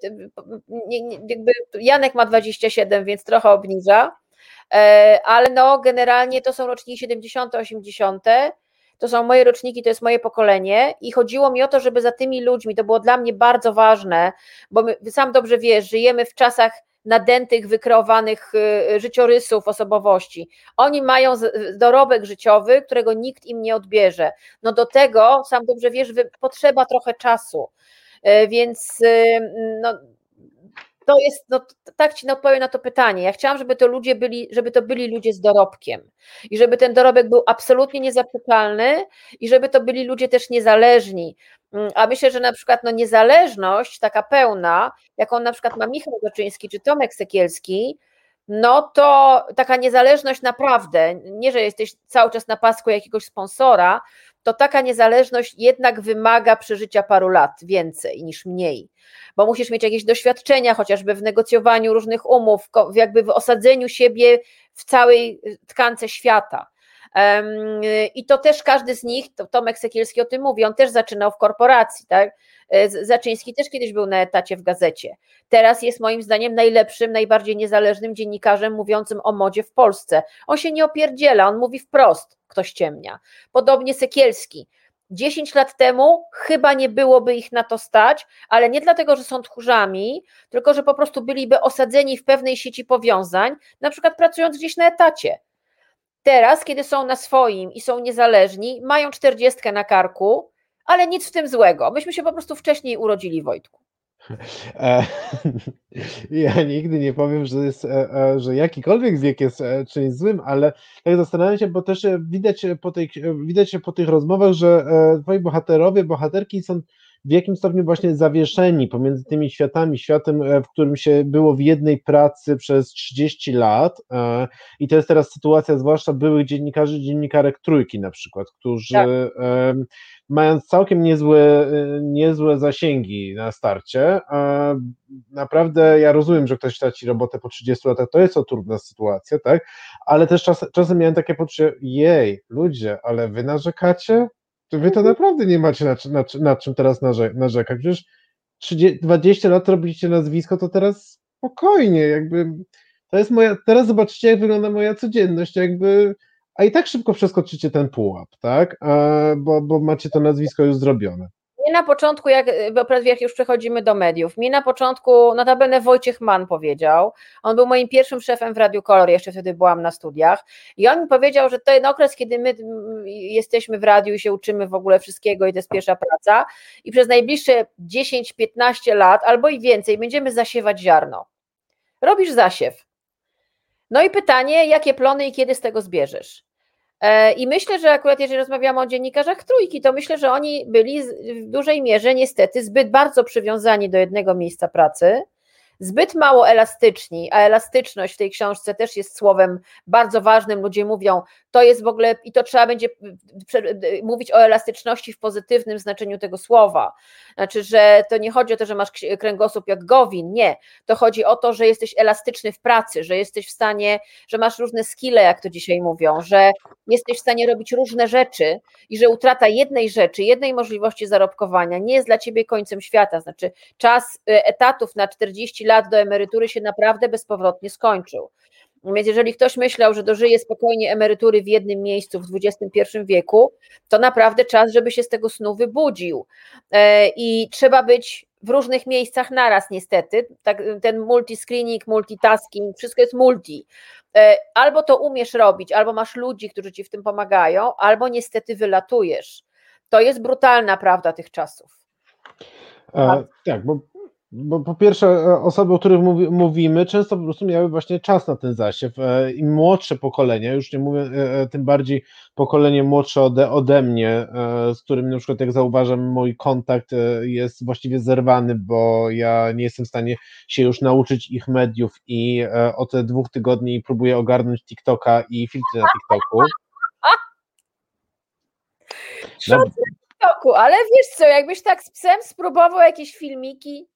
Janek ma 27, więc trochę obniża, ale no generalnie to są roczniki 70., 80., to są moje roczniki, to jest moje pokolenie i chodziło mi o to, żeby za tymi ludźmi, to było dla mnie bardzo ważne, bo sam dobrze wiesz, żyjemy w czasach nadętych, wykreowanych życiorysów osobowości. Oni mają dorobek życiowy, którego nikt im nie odbierze. No do tego, sam dobrze wiesz, potrzeba trochę czasu, więc no, to jest, no, tak ci odpowiem na to pytanie. Ja chciałam, żeby to byli ludzie z dorobkiem i żeby ten dorobek był absolutnie niezapytalny i żeby to byli ludzie też niezależni. A myślę, że na przykład no, niezależność taka pełna, jaką na przykład ma Michał Goczyński czy Tomek Sekielski, no to taka niezależność naprawdę, nie, że jesteś cały czas na pasku jakiegoś sponsora, to taka niezależność jednak wymaga przeżycia paru lat więcej niż mniej, bo musisz mieć jakieś doświadczenia, chociażby w negocjowaniu różnych umów, jakby w osadzeniu siebie w całej tkance świata. I to też każdy z nich, to Tomek Sekielski o tym mówi, on też zaczynał w korporacji, tak? Zaczyński też kiedyś był na etacie w gazecie. Teraz jest moim zdaniem najlepszym, najbardziej niezależnym dziennikarzem mówiącym o modzie w Polsce. On się nie opierdziela, on mówi wprost, kto ściemnia. Podobnie Sekielski. 10 lat temu chyba nie byłoby ich na to stać, ale nie dlatego, że są tchórzami, tylko że po prostu byliby osadzeni w pewnej sieci powiązań, na przykład pracując gdzieś na etacie. Teraz, kiedy są na swoim i są niezależni, mają 40 na karku, ale nic w tym złego. Myśmy się po prostu wcześniej urodzili, Wojtku. Ja nigdy nie powiem, że jakikolwiek wiek jest czymś złym, ale tak zastanawiam się, bo też widać po tych rozmowach, że twoi bohaterowie, bohaterki są w jakimś stopniu właśnie zawieszeni pomiędzy tymi światami, światem, w którym się było w jednej pracy przez 30 lat i to jest teraz sytuacja zwłaszcza byłych dziennikarzy, dziennikarek Trójki na przykład, którzy mając całkiem niezłe zasięgi na starcie, naprawdę ja rozumiem, że ktoś traci robotę po 30 latach, to jest to trudna sytuacja, tak, ale też czasem miałem takie poczucie, ludzie, ale wy narzekacie? Wy to naprawdę nie macie na czym teraz narzekać. Przecież 20 lat robiliście nazwisko, to teraz spokojnie, jakby to jest teraz zobaczycie, jak wygląda moja codzienność, jakby, a i tak szybko przeskoczycie ten pułap, tak? Bo macie to nazwisko już zrobione. Mnie na początku, jak już przechodzimy do mediów, mnie na początku, notabene Wojciech Mann powiedział, on był moim pierwszym szefem w Radiu Kolor, jeszcze wtedy byłam na studiach, i on mi powiedział, że to jest okres, kiedy my jesteśmy w radiu i się uczymy w ogóle wszystkiego i to jest pierwsza praca i przez najbliższe 10-15 lat albo i więcej będziemy zasiewać ziarno. Robisz zasiew. No i pytanie, jakie plony i kiedy z tego zbierzesz? I myślę, że akurat jeżeli rozmawiamy o dziennikarzach Trójki, to myślę, że oni byli w dużej mierze niestety zbyt bardzo przywiązani do jednego miejsca pracy, zbyt mało elastyczni, a elastyczność w tej książce też jest słowem bardzo ważnym. Ludzie mówią, to jest w ogóle, i to trzeba będzie mówić o elastyczności w pozytywnym znaczeniu tego słowa. Znaczy, że to nie chodzi o to, że masz kręgosłup jak Gowin, nie. To chodzi o to, że jesteś elastyczny w pracy, że jesteś w stanie, że masz różne skille, jak to dzisiaj mówią, że jesteś w stanie robić różne rzeczy i że utrata jednej rzeczy, jednej możliwości zarobkowania nie jest dla ciebie końcem świata. Znaczy, czas etatów na 40 lat do emerytury się naprawdę bezpowrotnie skończył. Więc jeżeli ktoś myślał, że dożyje spokojnie emerytury w jednym miejscu w XXI wieku, to naprawdę czas, żeby się z tego snu wybudził. I trzeba być w różnych miejscach naraz niestety. Tak, ten multiscreening, multitasking, wszystko jest multi. Albo to umiesz robić, albo masz ludzi, którzy ci w tym pomagają, albo niestety wylatujesz. To jest brutalna prawda tych czasów. Tak, bo po pierwsze osoby, o których mówimy, często po prostu miały właśnie czas na ten zasiew. Im młodsze pokolenia, już nie mówię, tym bardziej pokolenie młodsze ode mnie, z którym na przykład jak zauważam mój kontakt jest właściwie zerwany, bo ja nie jestem w stanie się już nauczyć ich mediów i od 2 tygodni próbuję ogarnąć TikToka i filtry na TikToku. No, TikToku, ale wiesz co, jakbyś tak z psem spróbował jakieś filmiki.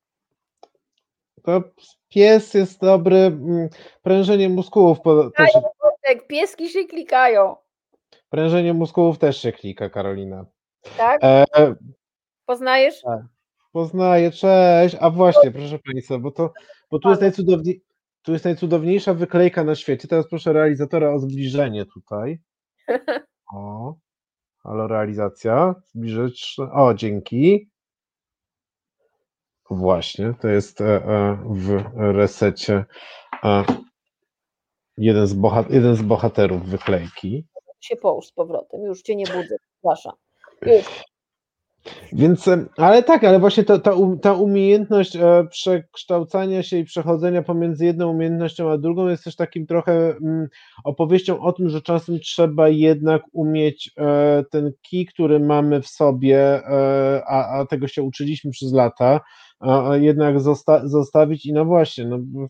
To pies jest dobry, prężenie muskułów też. Pieski się klikają. Prężenie muskułów też się klika, Karolina. Tak? Poznajesz? Tak. Poznaję, cześć. A właśnie, proszę Państwa, bo tu jest najcudowniejsza wyklejka na świecie. Teraz proszę realizatora o zbliżenie tutaj. O, halo realizacja. Zbliżyć. O, dzięki. Właśnie, to jest w resecie jeden z bohaterów wyklejki. Się połóż z powrotem, już cię nie budzę, przepraszam. Już. Więc, ale właśnie ta umiejętność przekształcania się i przechodzenia pomiędzy jedną umiejętnością a drugą jest też takim trochę opowieścią o tym, że czasem trzeba jednak umieć ten kij, który mamy w sobie, a tego się uczyliśmy przez lata, jednak zostawić i no właśnie,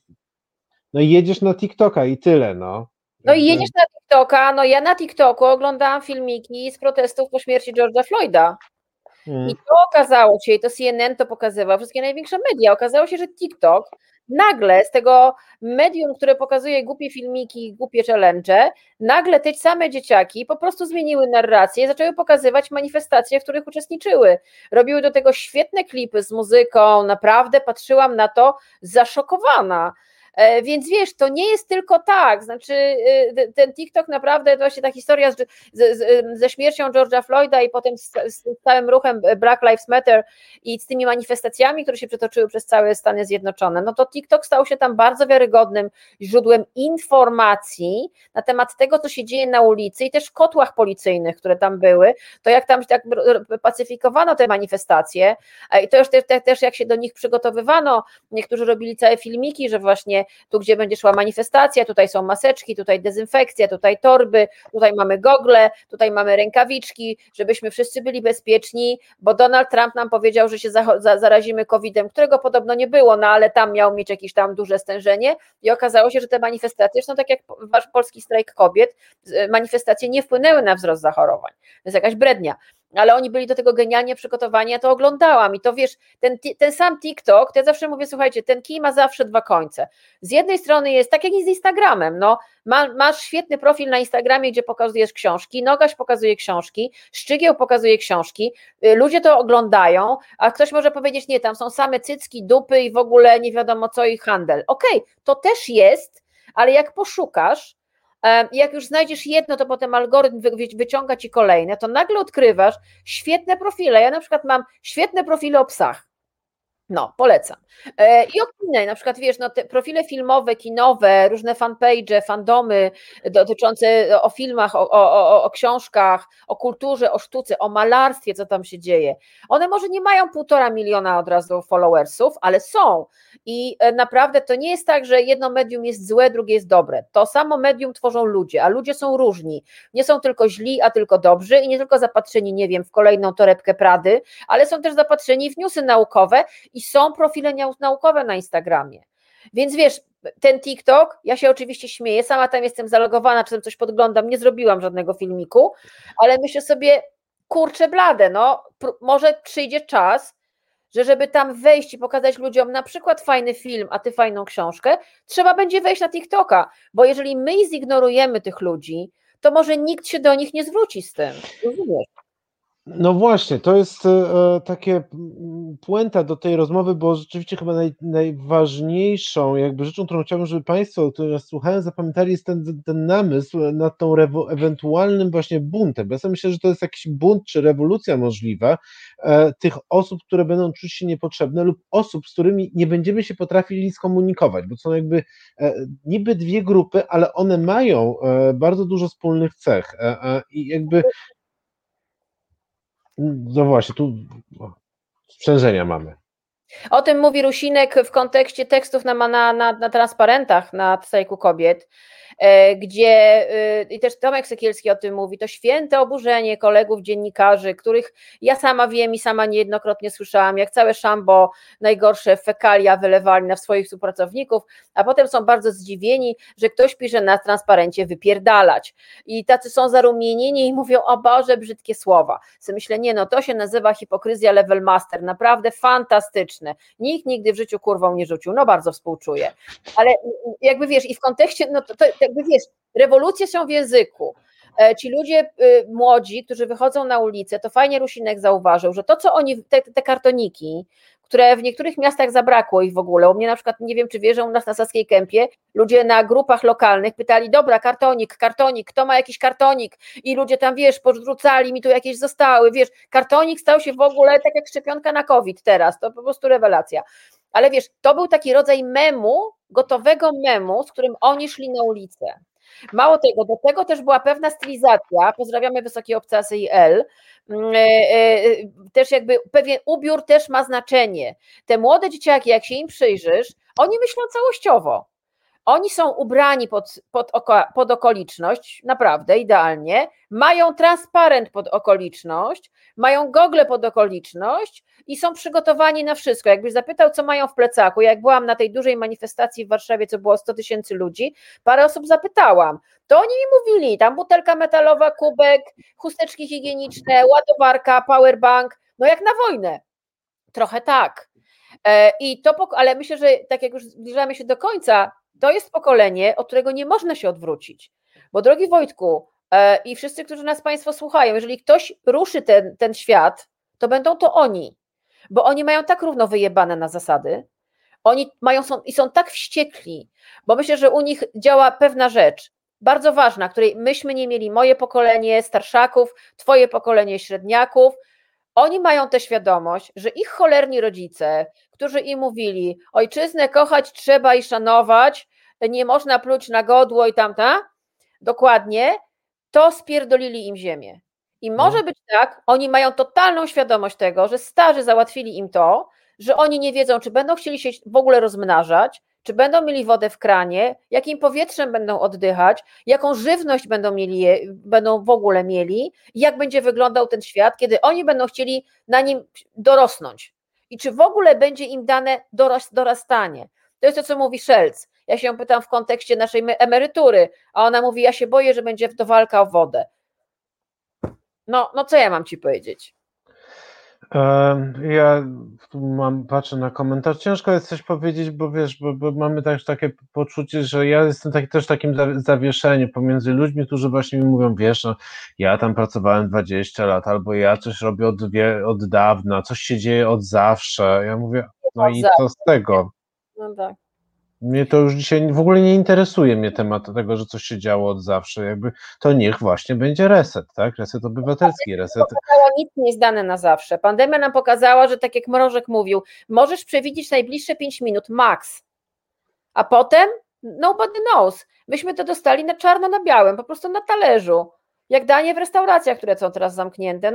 no jedziesz na TikToka i tyle, no. No i jedziesz na TikToka, no ja na TikToku oglądałam filmiki z protestów po śmierci George'a Floyda. I to okazało się, i to CNN to pokazywał, wszystkie największe media, okazało się, że TikTok nagle z tego medium, które pokazuje głupie filmiki, głupie challenge, nagle te same dzieciaki po prostu zmieniły narrację i zaczęły pokazywać manifestacje, w których uczestniczyły. Robiły do tego świetne klipy z muzyką, naprawdę patrzyłam na to zaszokowana. Więc wiesz, to nie jest tylko tak, znaczy ten TikTok naprawdę, to właśnie ta historia ze śmiercią George'a Floyda i potem z całym ruchem Black Lives Matter i z tymi manifestacjami, które się przetoczyły przez całe Stany Zjednoczone, no to TikTok stał się tam bardzo wiarygodnym źródłem informacji na temat tego, co się dzieje na ulicy i też w kotłach policyjnych, które tam były, to jak tam tak pacyfikowano te manifestacje i to już też jak się do nich przygotowywano, niektórzy robili całe filmiki, że właśnie tu, gdzie będzie szła manifestacja, tutaj są maseczki, tutaj dezynfekcja, tutaj torby, tutaj mamy gogle, tutaj mamy rękawiczki, żebyśmy wszyscy byli bezpieczni, bo Donald Trump nam powiedział, że się zarazimy COVID-em, którego podobno nie było, no ale tam miał mieć jakieś tam duże stężenie i okazało się, że te manifestacje są tak jak wasz polski strajk kobiet, manifestacje nie wpłynęły na wzrost zachorowań. To jest jakaś brednia. Ale oni byli do tego genialnie przygotowani, ja to oglądałam i to wiesz, ten sam TikTok, to ja zawsze mówię, słuchajcie, ten kij ma zawsze 2 końce. Z jednej strony jest tak jak i z Instagramem, no, masz świetny profil na Instagramie, gdzie pokazujesz książki, Nogaś pokazuje książki, Szczygieł pokazuje książki, ludzie to oglądają, a ktoś może powiedzieć, nie, tam są same cycki, dupy i w ogóle nie wiadomo co i handel. Okej, to też jest, ale jak poszukasz, Jak już znajdziesz jedno, to potem algorytm wyciąga ci kolejne, to nagle odkrywasz świetne profile. Ja na przykład mam świetne profile o psach. No, polecam. I o kinie, na przykład wiesz, no te profile filmowe, kinowe, różne fanpage, fandomy dotyczące o filmach, o książkach, o kulturze, o sztuce, o malarstwie, co tam się dzieje. One może nie mają 1,5 miliona od razu followersów, ale są. I naprawdę to nie jest tak, że jedno medium jest złe, drugie jest dobre. To samo medium tworzą ludzie, a ludzie są różni. Nie są tylko źli, a tylko dobrzy i nie tylko zapatrzeni, nie wiem, w kolejną torebkę Prady, ale są też zapatrzeni w newsy naukowe i są profile naukowe na Instagramie. Więc wiesz, ten TikTok, ja się oczywiście śmieję, sama tam jestem zalogowana, czasem coś podglądam, nie zrobiłam żadnego filmiku, ale myślę sobie, kurczę blade, no może przyjdzie czas, że żeby tam wejść i pokazać ludziom na przykład fajny film, a ty fajną książkę, trzeba będzie wejść na TikToka, bo jeżeli my zignorujemy tych ludzi, to może nikt się do nich nie zwróci z tym. Rozumiesz? No właśnie, to jest takie puenta do tej rozmowy, bo rzeczywiście chyba najważniejszą jakby rzeczą, którą chciałbym, żeby Państwo, którzy nas słuchają, zapamiętali, jest ten namysł nad tą ewentualnym właśnie buntem. Bo ja sobie myślę, że to jest jakiś bunt czy rewolucja możliwa tych osób, które będą czuć się niepotrzebne lub osób, z którymi nie będziemy się potrafili skomunikować, bo są jakby niby dwie grupy, ale one mają bardzo dużo wspólnych cech i jakby no właśnie, tu sprzężenia mamy. O tym mówi Rusinek w kontekście tekstów na transparentach na Strajku Kobiet, gdzie i też Tomek Sekielski o tym mówi, to święte oburzenie kolegów dziennikarzy, których ja sama wiem i sama niejednokrotnie słyszałam, jak całe szambo najgorsze fekalia wylewali na swoich współpracowników, a potem są bardzo zdziwieni, że ktoś pisze na transparencie wypierdalać i tacy są zarumienieni i mówią, o Boże, brzydkie słowa. So myślę, nie no, to się nazywa hipokryzja level master, naprawdę fantastyczne. Nikt nigdy w życiu kurwą nie rzucił, no bardzo współczuję, ale jakby wiesz, i w kontekście, no to jakby wiesz, rewolucje są w języku. Ci ludzie młodzi, którzy wychodzą na ulicę, to fajnie Rusinek zauważył, że to, co oni, te kartoniki, które w niektórych miastach zabrakło ich w ogóle, u mnie na przykład, nie wiem, czy wiesz, że u nas na Saskiej Kępie ludzie na grupach lokalnych pytali, dobra, kartonik, kto ma jakiś kartonik? I ludzie tam, wiesz, porzucali, mi tu jakieś zostały, wiesz, kartonik stał się w ogóle tak jak szczepionka na COVID teraz, to po prostu rewelacja. Ale wiesz, to był taki rodzaj memu, gotowego memu, z którym oni szli na ulicę. Mało tego, do tego też była pewna stylizacja, pozdrawiamy Wysokie Obcasy i L, też jakby pewien ubiór też ma znaczenie. Te młode dzieciaki, jak się im przyjrzysz, oni myślą całościowo. Oni są ubrani pod okoliczność, naprawdę, idealnie, mają transparent pod okoliczność, mają gogle pod okoliczność i są przygotowani na wszystko. Jakbyś zapytał, co mają w plecaku, jak byłam na tej dużej manifestacji w Warszawie, co było 100 000 ludzi, parę osób zapytałam, to oni mi mówili, tam butelka metalowa, kubek, chusteczki higieniczne, ładowarka, powerbank, no jak na wojnę. Trochę tak. Ale myślę, że tak jak już zbliżamy się do końca, to jest pokolenie, od którego nie można się odwrócić. Bo drogi Wojtku i wszyscy, którzy nas Państwo słuchają, jeżeli ktoś ruszy ten świat, to będą to oni. Bo oni mają tak równo wyjebane na zasady, oni są tak wściekli, bo myślę, że u nich działa pewna rzecz, bardzo ważna, której myśmy nie mieli, moje pokolenie starszaków, twoje pokolenie średniaków. Oni mają tę świadomość, że ich cholerni rodzice, którzy im mówili, ojczyznę kochać trzeba i szanować, nie można pluć na godło i tamta, dokładnie, to spierdolili im ziemię. I może być tak, oni mają totalną świadomość tego, że starzy załatwili im to, że oni nie wiedzą, czy będą chcieli się w ogóle rozmnażać, czy będą mieli wodę w kranie, jakim powietrzem będą oddychać, jaką żywność będą w ogóle mieli, jak będzie wyglądał ten świat, kiedy oni będą chcieli na nim dorosnąć. I czy w ogóle będzie im dane dorastanie. To jest to, co mówi Szelc. Ja się ją pytam w kontekście naszej emerytury, a ona mówi, ja się boję, że będzie to walka o wodę. No co ja mam ci powiedzieć? Ja tu patrzę na komentarz. Ciężko jest coś powiedzieć, bo wiesz, bo mamy też takie poczucie, że ja jestem też takim zawieszeniem pomiędzy ludźmi, którzy właśnie mi mówią, wiesz, no, ja tam pracowałem 20 lat, albo ja coś robię od dawna, coś się dzieje od zawsze. Ja mówię, no i co z tego? No tak. Mnie to już dzisiaj w ogóle nie interesuje mnie temat tego, że coś się działo od zawsze. Jakby to niech właśnie będzie reset, tak? Reset obywatelski, reset. Nic nie jest dane na zawsze. Pandemia nam pokazała, że tak jak Mrożek mówił, możesz przewidzieć najbliższe 5 minut, max. A potem nobody knows. Myśmy to dostali na czarno na białym, po prostu na talerzu. Jak danie w restauracjach, które są teraz zamknięte.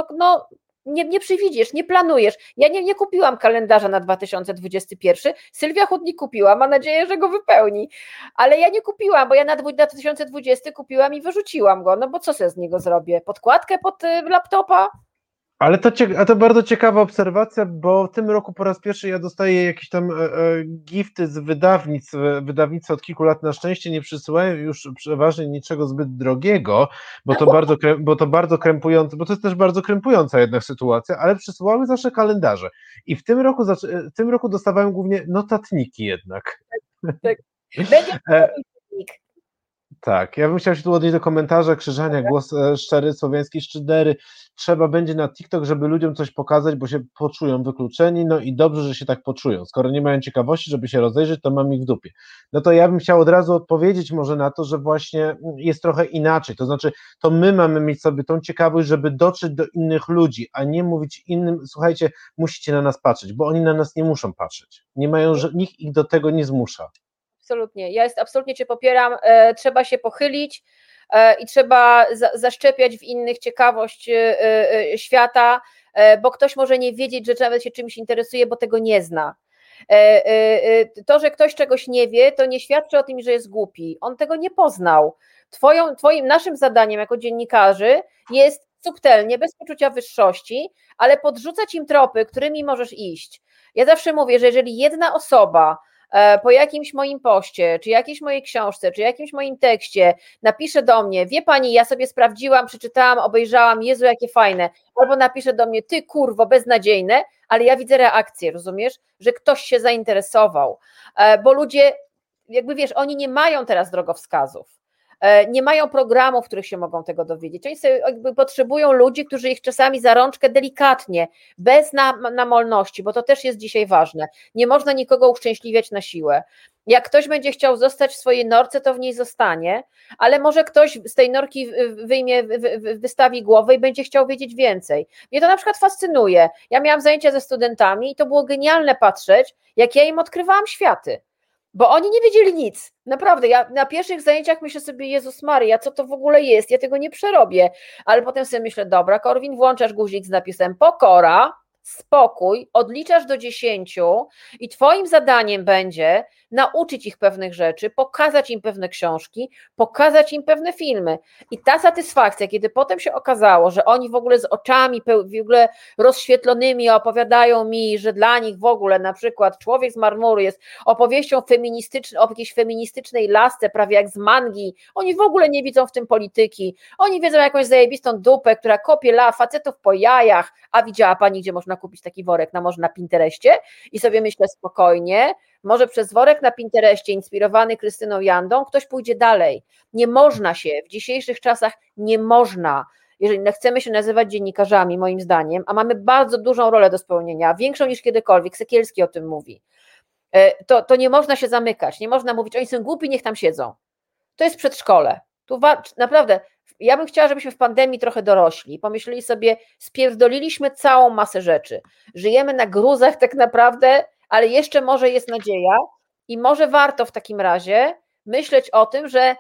Nie przewidzisz, nie planujesz. Ja nie kupiłam kalendarza na 2021. Sylwia Chudnik kupiła, mam nadzieję, że go wypełni. Ale ja nie kupiłam, bo ja na 2020 kupiłam i wyrzuciłam go. No bo co sobie z niego zrobię? Podkładkę pod laptopa? Ale to bardzo ciekawa obserwacja, bo w tym roku po raz pierwszy ja dostaję jakieś tam gifty z wydawnictw. Wydawnictwa od kilku lat na szczęście nie przysyłają już przeważnie niczego zbyt drogiego, bo to bardzo krępujące, bo to jest też bardzo krępująca jednak sytuacja, ale przysyłały zawsze kalendarze. I w tym roku dostawałem głównie notatniki jednak. Tak. Będzie Tak, ja bym chciał się tu odnieść do komentarza Krzyżania, głos szczery, słowiański szydery. Trzeba będzie na TikTok, żeby ludziom coś pokazać, bo się poczują wykluczeni, no i dobrze, że się tak poczują. Skoro nie mają ciekawości, żeby się rozejrzeć, to mam ich w dupie. No to ja bym chciał od razu odpowiedzieć może na to, że właśnie jest trochę inaczej, to znaczy to my mamy mieć sobie tą ciekawość, żeby dotrzeć do innych ludzi, a nie mówić innym, słuchajcie, musicie na nas patrzeć, bo oni na nas nie muszą patrzeć. Nie mają, nikt ich do tego nie zmusza. Absolutnie, absolutnie Cię popieram, trzeba się pochylić i trzeba zaszczepiać w innych ciekawość świata, bo ktoś może nie wiedzieć, że nawet się czymś interesuje, bo tego nie zna. To, że ktoś czegoś nie wie, to nie świadczy o tym, że jest głupi, on tego nie poznał. Naszym zadaniem jako dziennikarzy jest subtelnie, bez poczucia wyższości, ale podrzucać im tropy, którymi możesz iść. Ja zawsze mówię, że jeżeli jedna osoba po jakimś moim poście, czy jakiejś mojej książce, czy jakimś moim tekście napisze do mnie, wie pani, ja sobie sprawdziłam, przeczytałam, obejrzałam, Jezu, jakie fajne, albo napisze do mnie, ty kurwo, beznadziejne, ale ja widzę reakcję, rozumiesz, że ktoś się zainteresował, bo ludzie, jakby wiesz, oni nie mają teraz drogowskazów, nie mają programów, w których się mogą tego dowiedzieć. Oni sobie jakby potrzebują ludzi, którzy ich czasami za rączkę delikatnie, bez namolności, bo to też jest dzisiaj ważne. Nie można nikogo uszczęśliwiać na siłę. Jak ktoś będzie chciał zostać w swojej norce, to w niej zostanie, ale może ktoś z tej norki wystawi głowę i będzie chciał wiedzieć więcej. Mnie to na przykład fascynuje. Ja miałam zajęcia ze studentami i to było genialne patrzeć, jak ja im odkrywałam światy. Bo oni nie wiedzieli nic, naprawdę, ja na pierwszych zajęciach myślę sobie, Jezus Maria, co to w ogóle jest, ja tego nie przerobię, ale potem sobie myślę, dobra, Korwin, włączasz guzik z napisem pokora, spokój, odliczasz do 10 i twoim zadaniem będzie nauczyć ich pewnych rzeczy, pokazać im pewne książki, pokazać im pewne filmy i ta satysfakcja, kiedy potem się okazało, że oni w ogóle z oczami w ogóle rozświetlonymi opowiadają mi, że dla nich w ogóle na przykład Człowiek z marmuru jest opowieścią feministyczną, o jakiejś feministycznej lasce, prawie jak z mangi, oni w ogóle nie widzą w tym polityki, oni wiedzą jakąś zajebistą dupę, która kopie facetów po jajach, a widziała pani, gdzie można kupić taki worek może na Pinterestie i sobie myślę spokojnie, może przez worek na Pinterestie inspirowany Krystyną Jandą ktoś pójdzie dalej. Nie można się, w dzisiejszych czasach nie można, jeżeli chcemy się nazywać dziennikarzami moim zdaniem, a mamy bardzo dużą rolę do spełnienia, większą niż kiedykolwiek, Sekielski o tym mówi, to nie można się zamykać, nie można mówić, oni są głupi, niech tam siedzą. To jest przedszkole. Tu naprawdę, ja bym chciała, żebyśmy w pandemii trochę dorośli, pomyśleli sobie, spierdoliliśmy całą masę rzeczy, żyjemy na gruzach tak naprawdę, ale jeszcze może jest nadzieja i może warto w takim razie myśleć o tym, że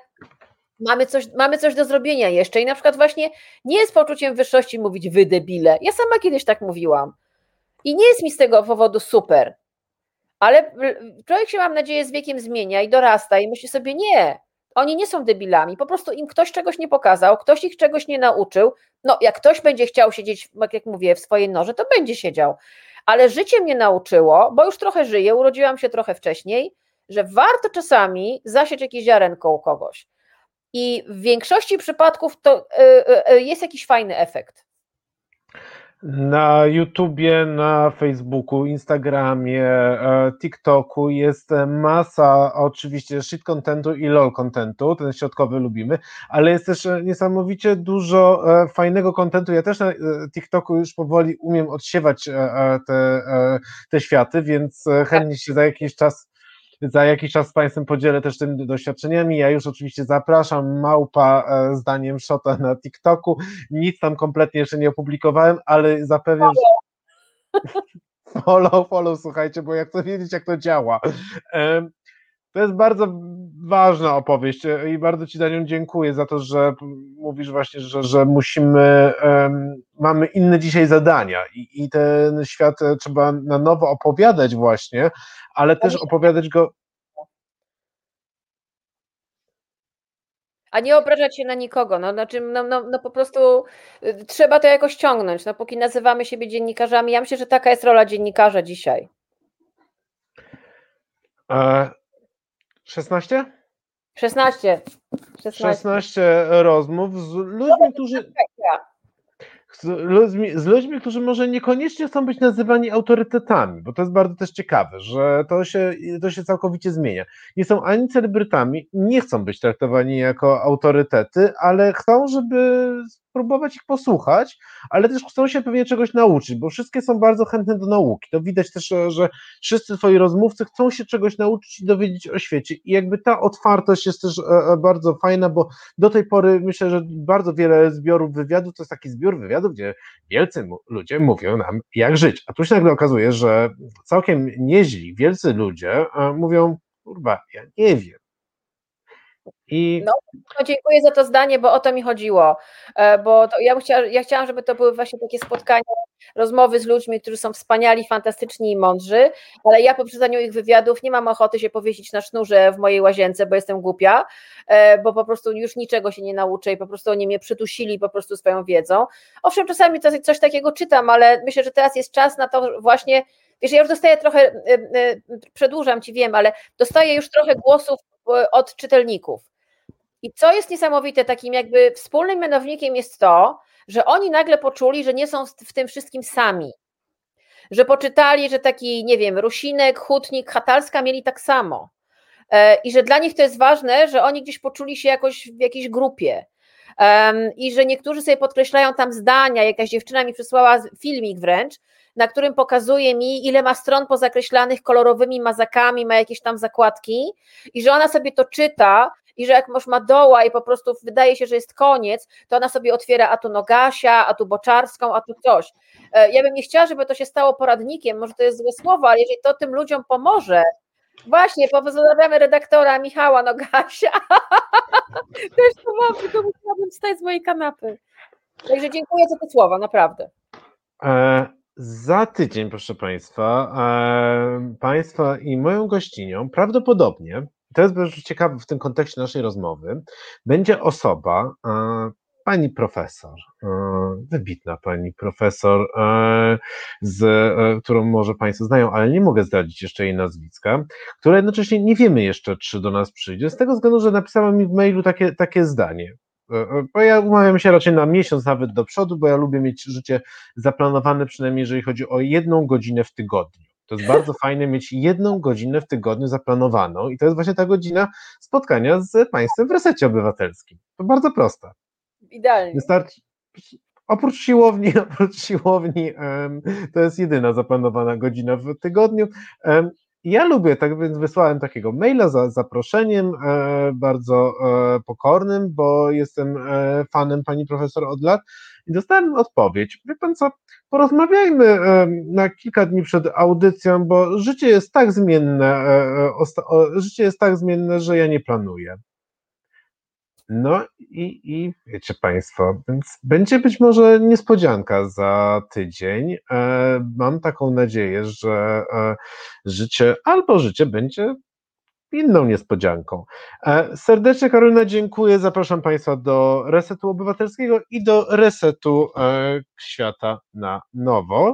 mamy coś do zrobienia jeszcze i na przykład właśnie nie jest poczuciem wyższości mówić wy debile. Ja sama kiedyś tak mówiłam i nie jest mi z tego powodu super, ale człowiek się, mam nadzieję, z wiekiem zmienia i dorasta i myśli sobie, nie, oni nie są debilami, po prostu im ktoś czegoś nie pokazał, ktoś ich czegoś nie nauczył, no jak ktoś będzie chciał siedzieć, jak mówię, w swojej norze, to będzie siedział, ale życie mnie nauczyło, bo już trochę żyję, urodziłam się trochę wcześniej, że warto czasami zasiać jakieś ziarenko u kogoś i w większości przypadków to jest jakiś fajny efekt. Na YouTubie, na Facebooku, Instagramie, TikToku jest masa oczywiście shit contentu i lol contentu, ten środkowy lubimy, ale jest też niesamowicie dużo fajnego contentu. Ja też na TikToku już powoli umiem odsiewać te światy, więc chętnie się za jakiś czas za jakiś czas z Państwem podzielę też tymi doświadczeniami. Ja już oczywiście zapraszam, małpa zdaniem Szota na TikToku. Nic tam kompletnie jeszcze nie opublikowałem, ale zapewniam, że... Follow, słuchajcie, bo ja chcę wiedzieć, jak to działa. To jest bardzo ważna opowieść i bardzo Ci za nią dziękuję, za to, że mówisz właśnie, że musimy, mamy inne dzisiaj zadania i ten świat trzeba na nowo opowiadać właśnie, ale też opowiadać go... A nie obrażać się na nikogo, no po prostu trzeba to jakoś ciągnąć, no póki nazywamy siebie dziennikarzami, ja myślę, że taka jest rola dziennikarza dzisiaj. 16? 16 rozmów z ludźmi, którzy... Z ludźmi, którzy może niekoniecznie chcą być nazywani autorytetami, bo to jest bardzo też ciekawe, że to się całkowicie zmienia. Nie są ani celebrytami, nie chcą być traktowani jako autorytety, ale chcą, żeby spróbować ich posłuchać, ale też chcą się pewnie czegoś nauczyć, bo wszystkie są bardzo chętne do nauki. To widać też, że wszyscy twoi rozmówcy chcą się czegoś nauczyć i dowiedzieć o świecie. I jakby ta otwartość jest też bardzo fajna, bo do tej pory myślę, że bardzo wiele zbiorów wywiadów to jest taki zbiór wywiadów, gdzie wielcy ludzie mówią nam, jak żyć. A tu się nagle okazuje, że całkiem nieźli, wielcy ludzie mówią, kurwa, ja nie wiem. No, dziękuję za to zdanie, bo o to mi chodziło, bo to ja chciałam, żeby to były właśnie takie spotkania, rozmowy z ludźmi, którzy są wspaniali, fantastyczni i mądrzy, ale ja po przeczytaniu ich wywiadów nie mam ochoty się powiesić na sznurze w mojej łazience, bo jestem głupia, bo po prostu już niczego się nie nauczę i po prostu oni mnie przytusili po prostu swoją wiedzą. Owszem, czasami coś takiego czytam, ale myślę, że teraz jest czas na to właśnie, wiesz, ja już dostaję trochę, przedłużam Ci, wiem, ale dostaję już trochę głosów od czytelników. I co jest niesamowite, takim jakby wspólnym mianownikiem jest to, że oni nagle poczuli, że nie są w tym wszystkim sami. Że poczytali, że taki, nie wiem, Rusinek, Hutnik, Hatalska mieli tak samo. I że dla nich to jest ważne, że oni gdzieś poczuli się jakoś w jakiejś grupie. I że niektórzy sobie podkreślają tam zdania, jakaś dziewczyna mi przysłała filmik wręcz, na którym pokazuje mi, ile ma stron pozakreślanych kolorowymi mazakami, ma jakieś tam zakładki i że ona sobie to czyta i że jak ma doła i po prostu wydaje się, że jest koniec, to ona sobie otwiera a tu Nogasia, a tu Boczarską, a tu coś. Ja bym nie chciała, żeby to się stało poradnikiem, może to jest złe słowo, ale jeżeli to tym ludziom pomoże, właśnie, pozdrawiamy redaktora Michała Nogasia, też to mam, tylko musiałabym wstać z mojej kanapy. Także dziękuję za te słowa, naprawdę. Za tydzień, proszę Państwa i moją gościnią prawdopodobnie, to jest bardzo ciekawe w tym kontekście naszej rozmowy, będzie osoba, pani profesor, wybitna pani profesor, którą może Państwo znają, ale nie mogę zdradzić jeszcze jej nazwiska, która jednocześnie nie wiemy jeszcze, czy do nas przyjdzie, z tego względu, że napisała mi w mailu takie zdanie. Bo ja umawiam się raczej na miesiąc nawet do przodu, bo ja lubię mieć życie zaplanowane, przynajmniej jeżeli chodzi o 1 godzinę w tygodniu. To jest bardzo fajne mieć 1 godzinę w tygodniu zaplanowaną i to jest właśnie ta godzina spotkania z Państwem w Resecie Obywatelskim. To bardzo proste. Idealnie. Wystarczy, oprócz siłowni, to jest jedyna zaplanowana godzina w tygodniu. Ja lubię, tak więc wysłałem takiego maila z zaproszeniem, bardzo pokornym, bo jestem fanem pani profesor od lat i dostałem odpowiedź. Wie pan co, porozmawiajmy na kilka dni przed audycją, bo życie jest tak zmienne, że ja nie planuję. No i wiecie Państwo, więc będzie być może niespodzianka za tydzień. Mam taką nadzieję, że życie będzie inną niespodzianką. Serdecznie Karolina dziękuję, zapraszam Państwa do Resetu Obywatelskiego i do Resetu Świata na Nowo.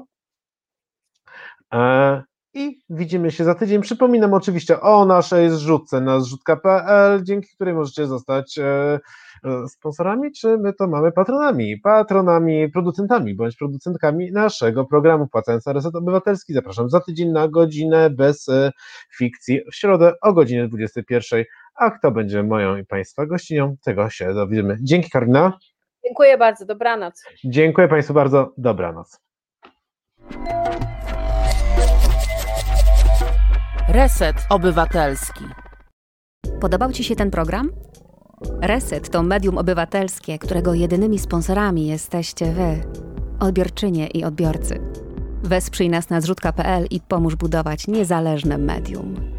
I widzimy się za tydzień. Przypominam oczywiście o naszej zrzutce na zrzutka.pl, dzięki której możecie zostać sponsorami, czy my to mamy patronami, producentami bądź producentkami naszego programu, płacąc na Reset Obywatelski. Zapraszam za tydzień na godzinę bez fikcji, w środę o godzinie 21. A kto będzie moją i Państwa gościnią, tego się dowiemy. Dzięki Karolina. Dziękuję bardzo, dobranoc. Dziękuję Państwu bardzo, dobranoc. Reset Obywatelski. Podobał Ci się ten program? Reset to medium obywatelskie, którego jedynymi sponsorami jesteście Wy, odbiorczynie i odbiorcy. Wesprzyj nas na zrzutka.pl i pomóż budować niezależne medium.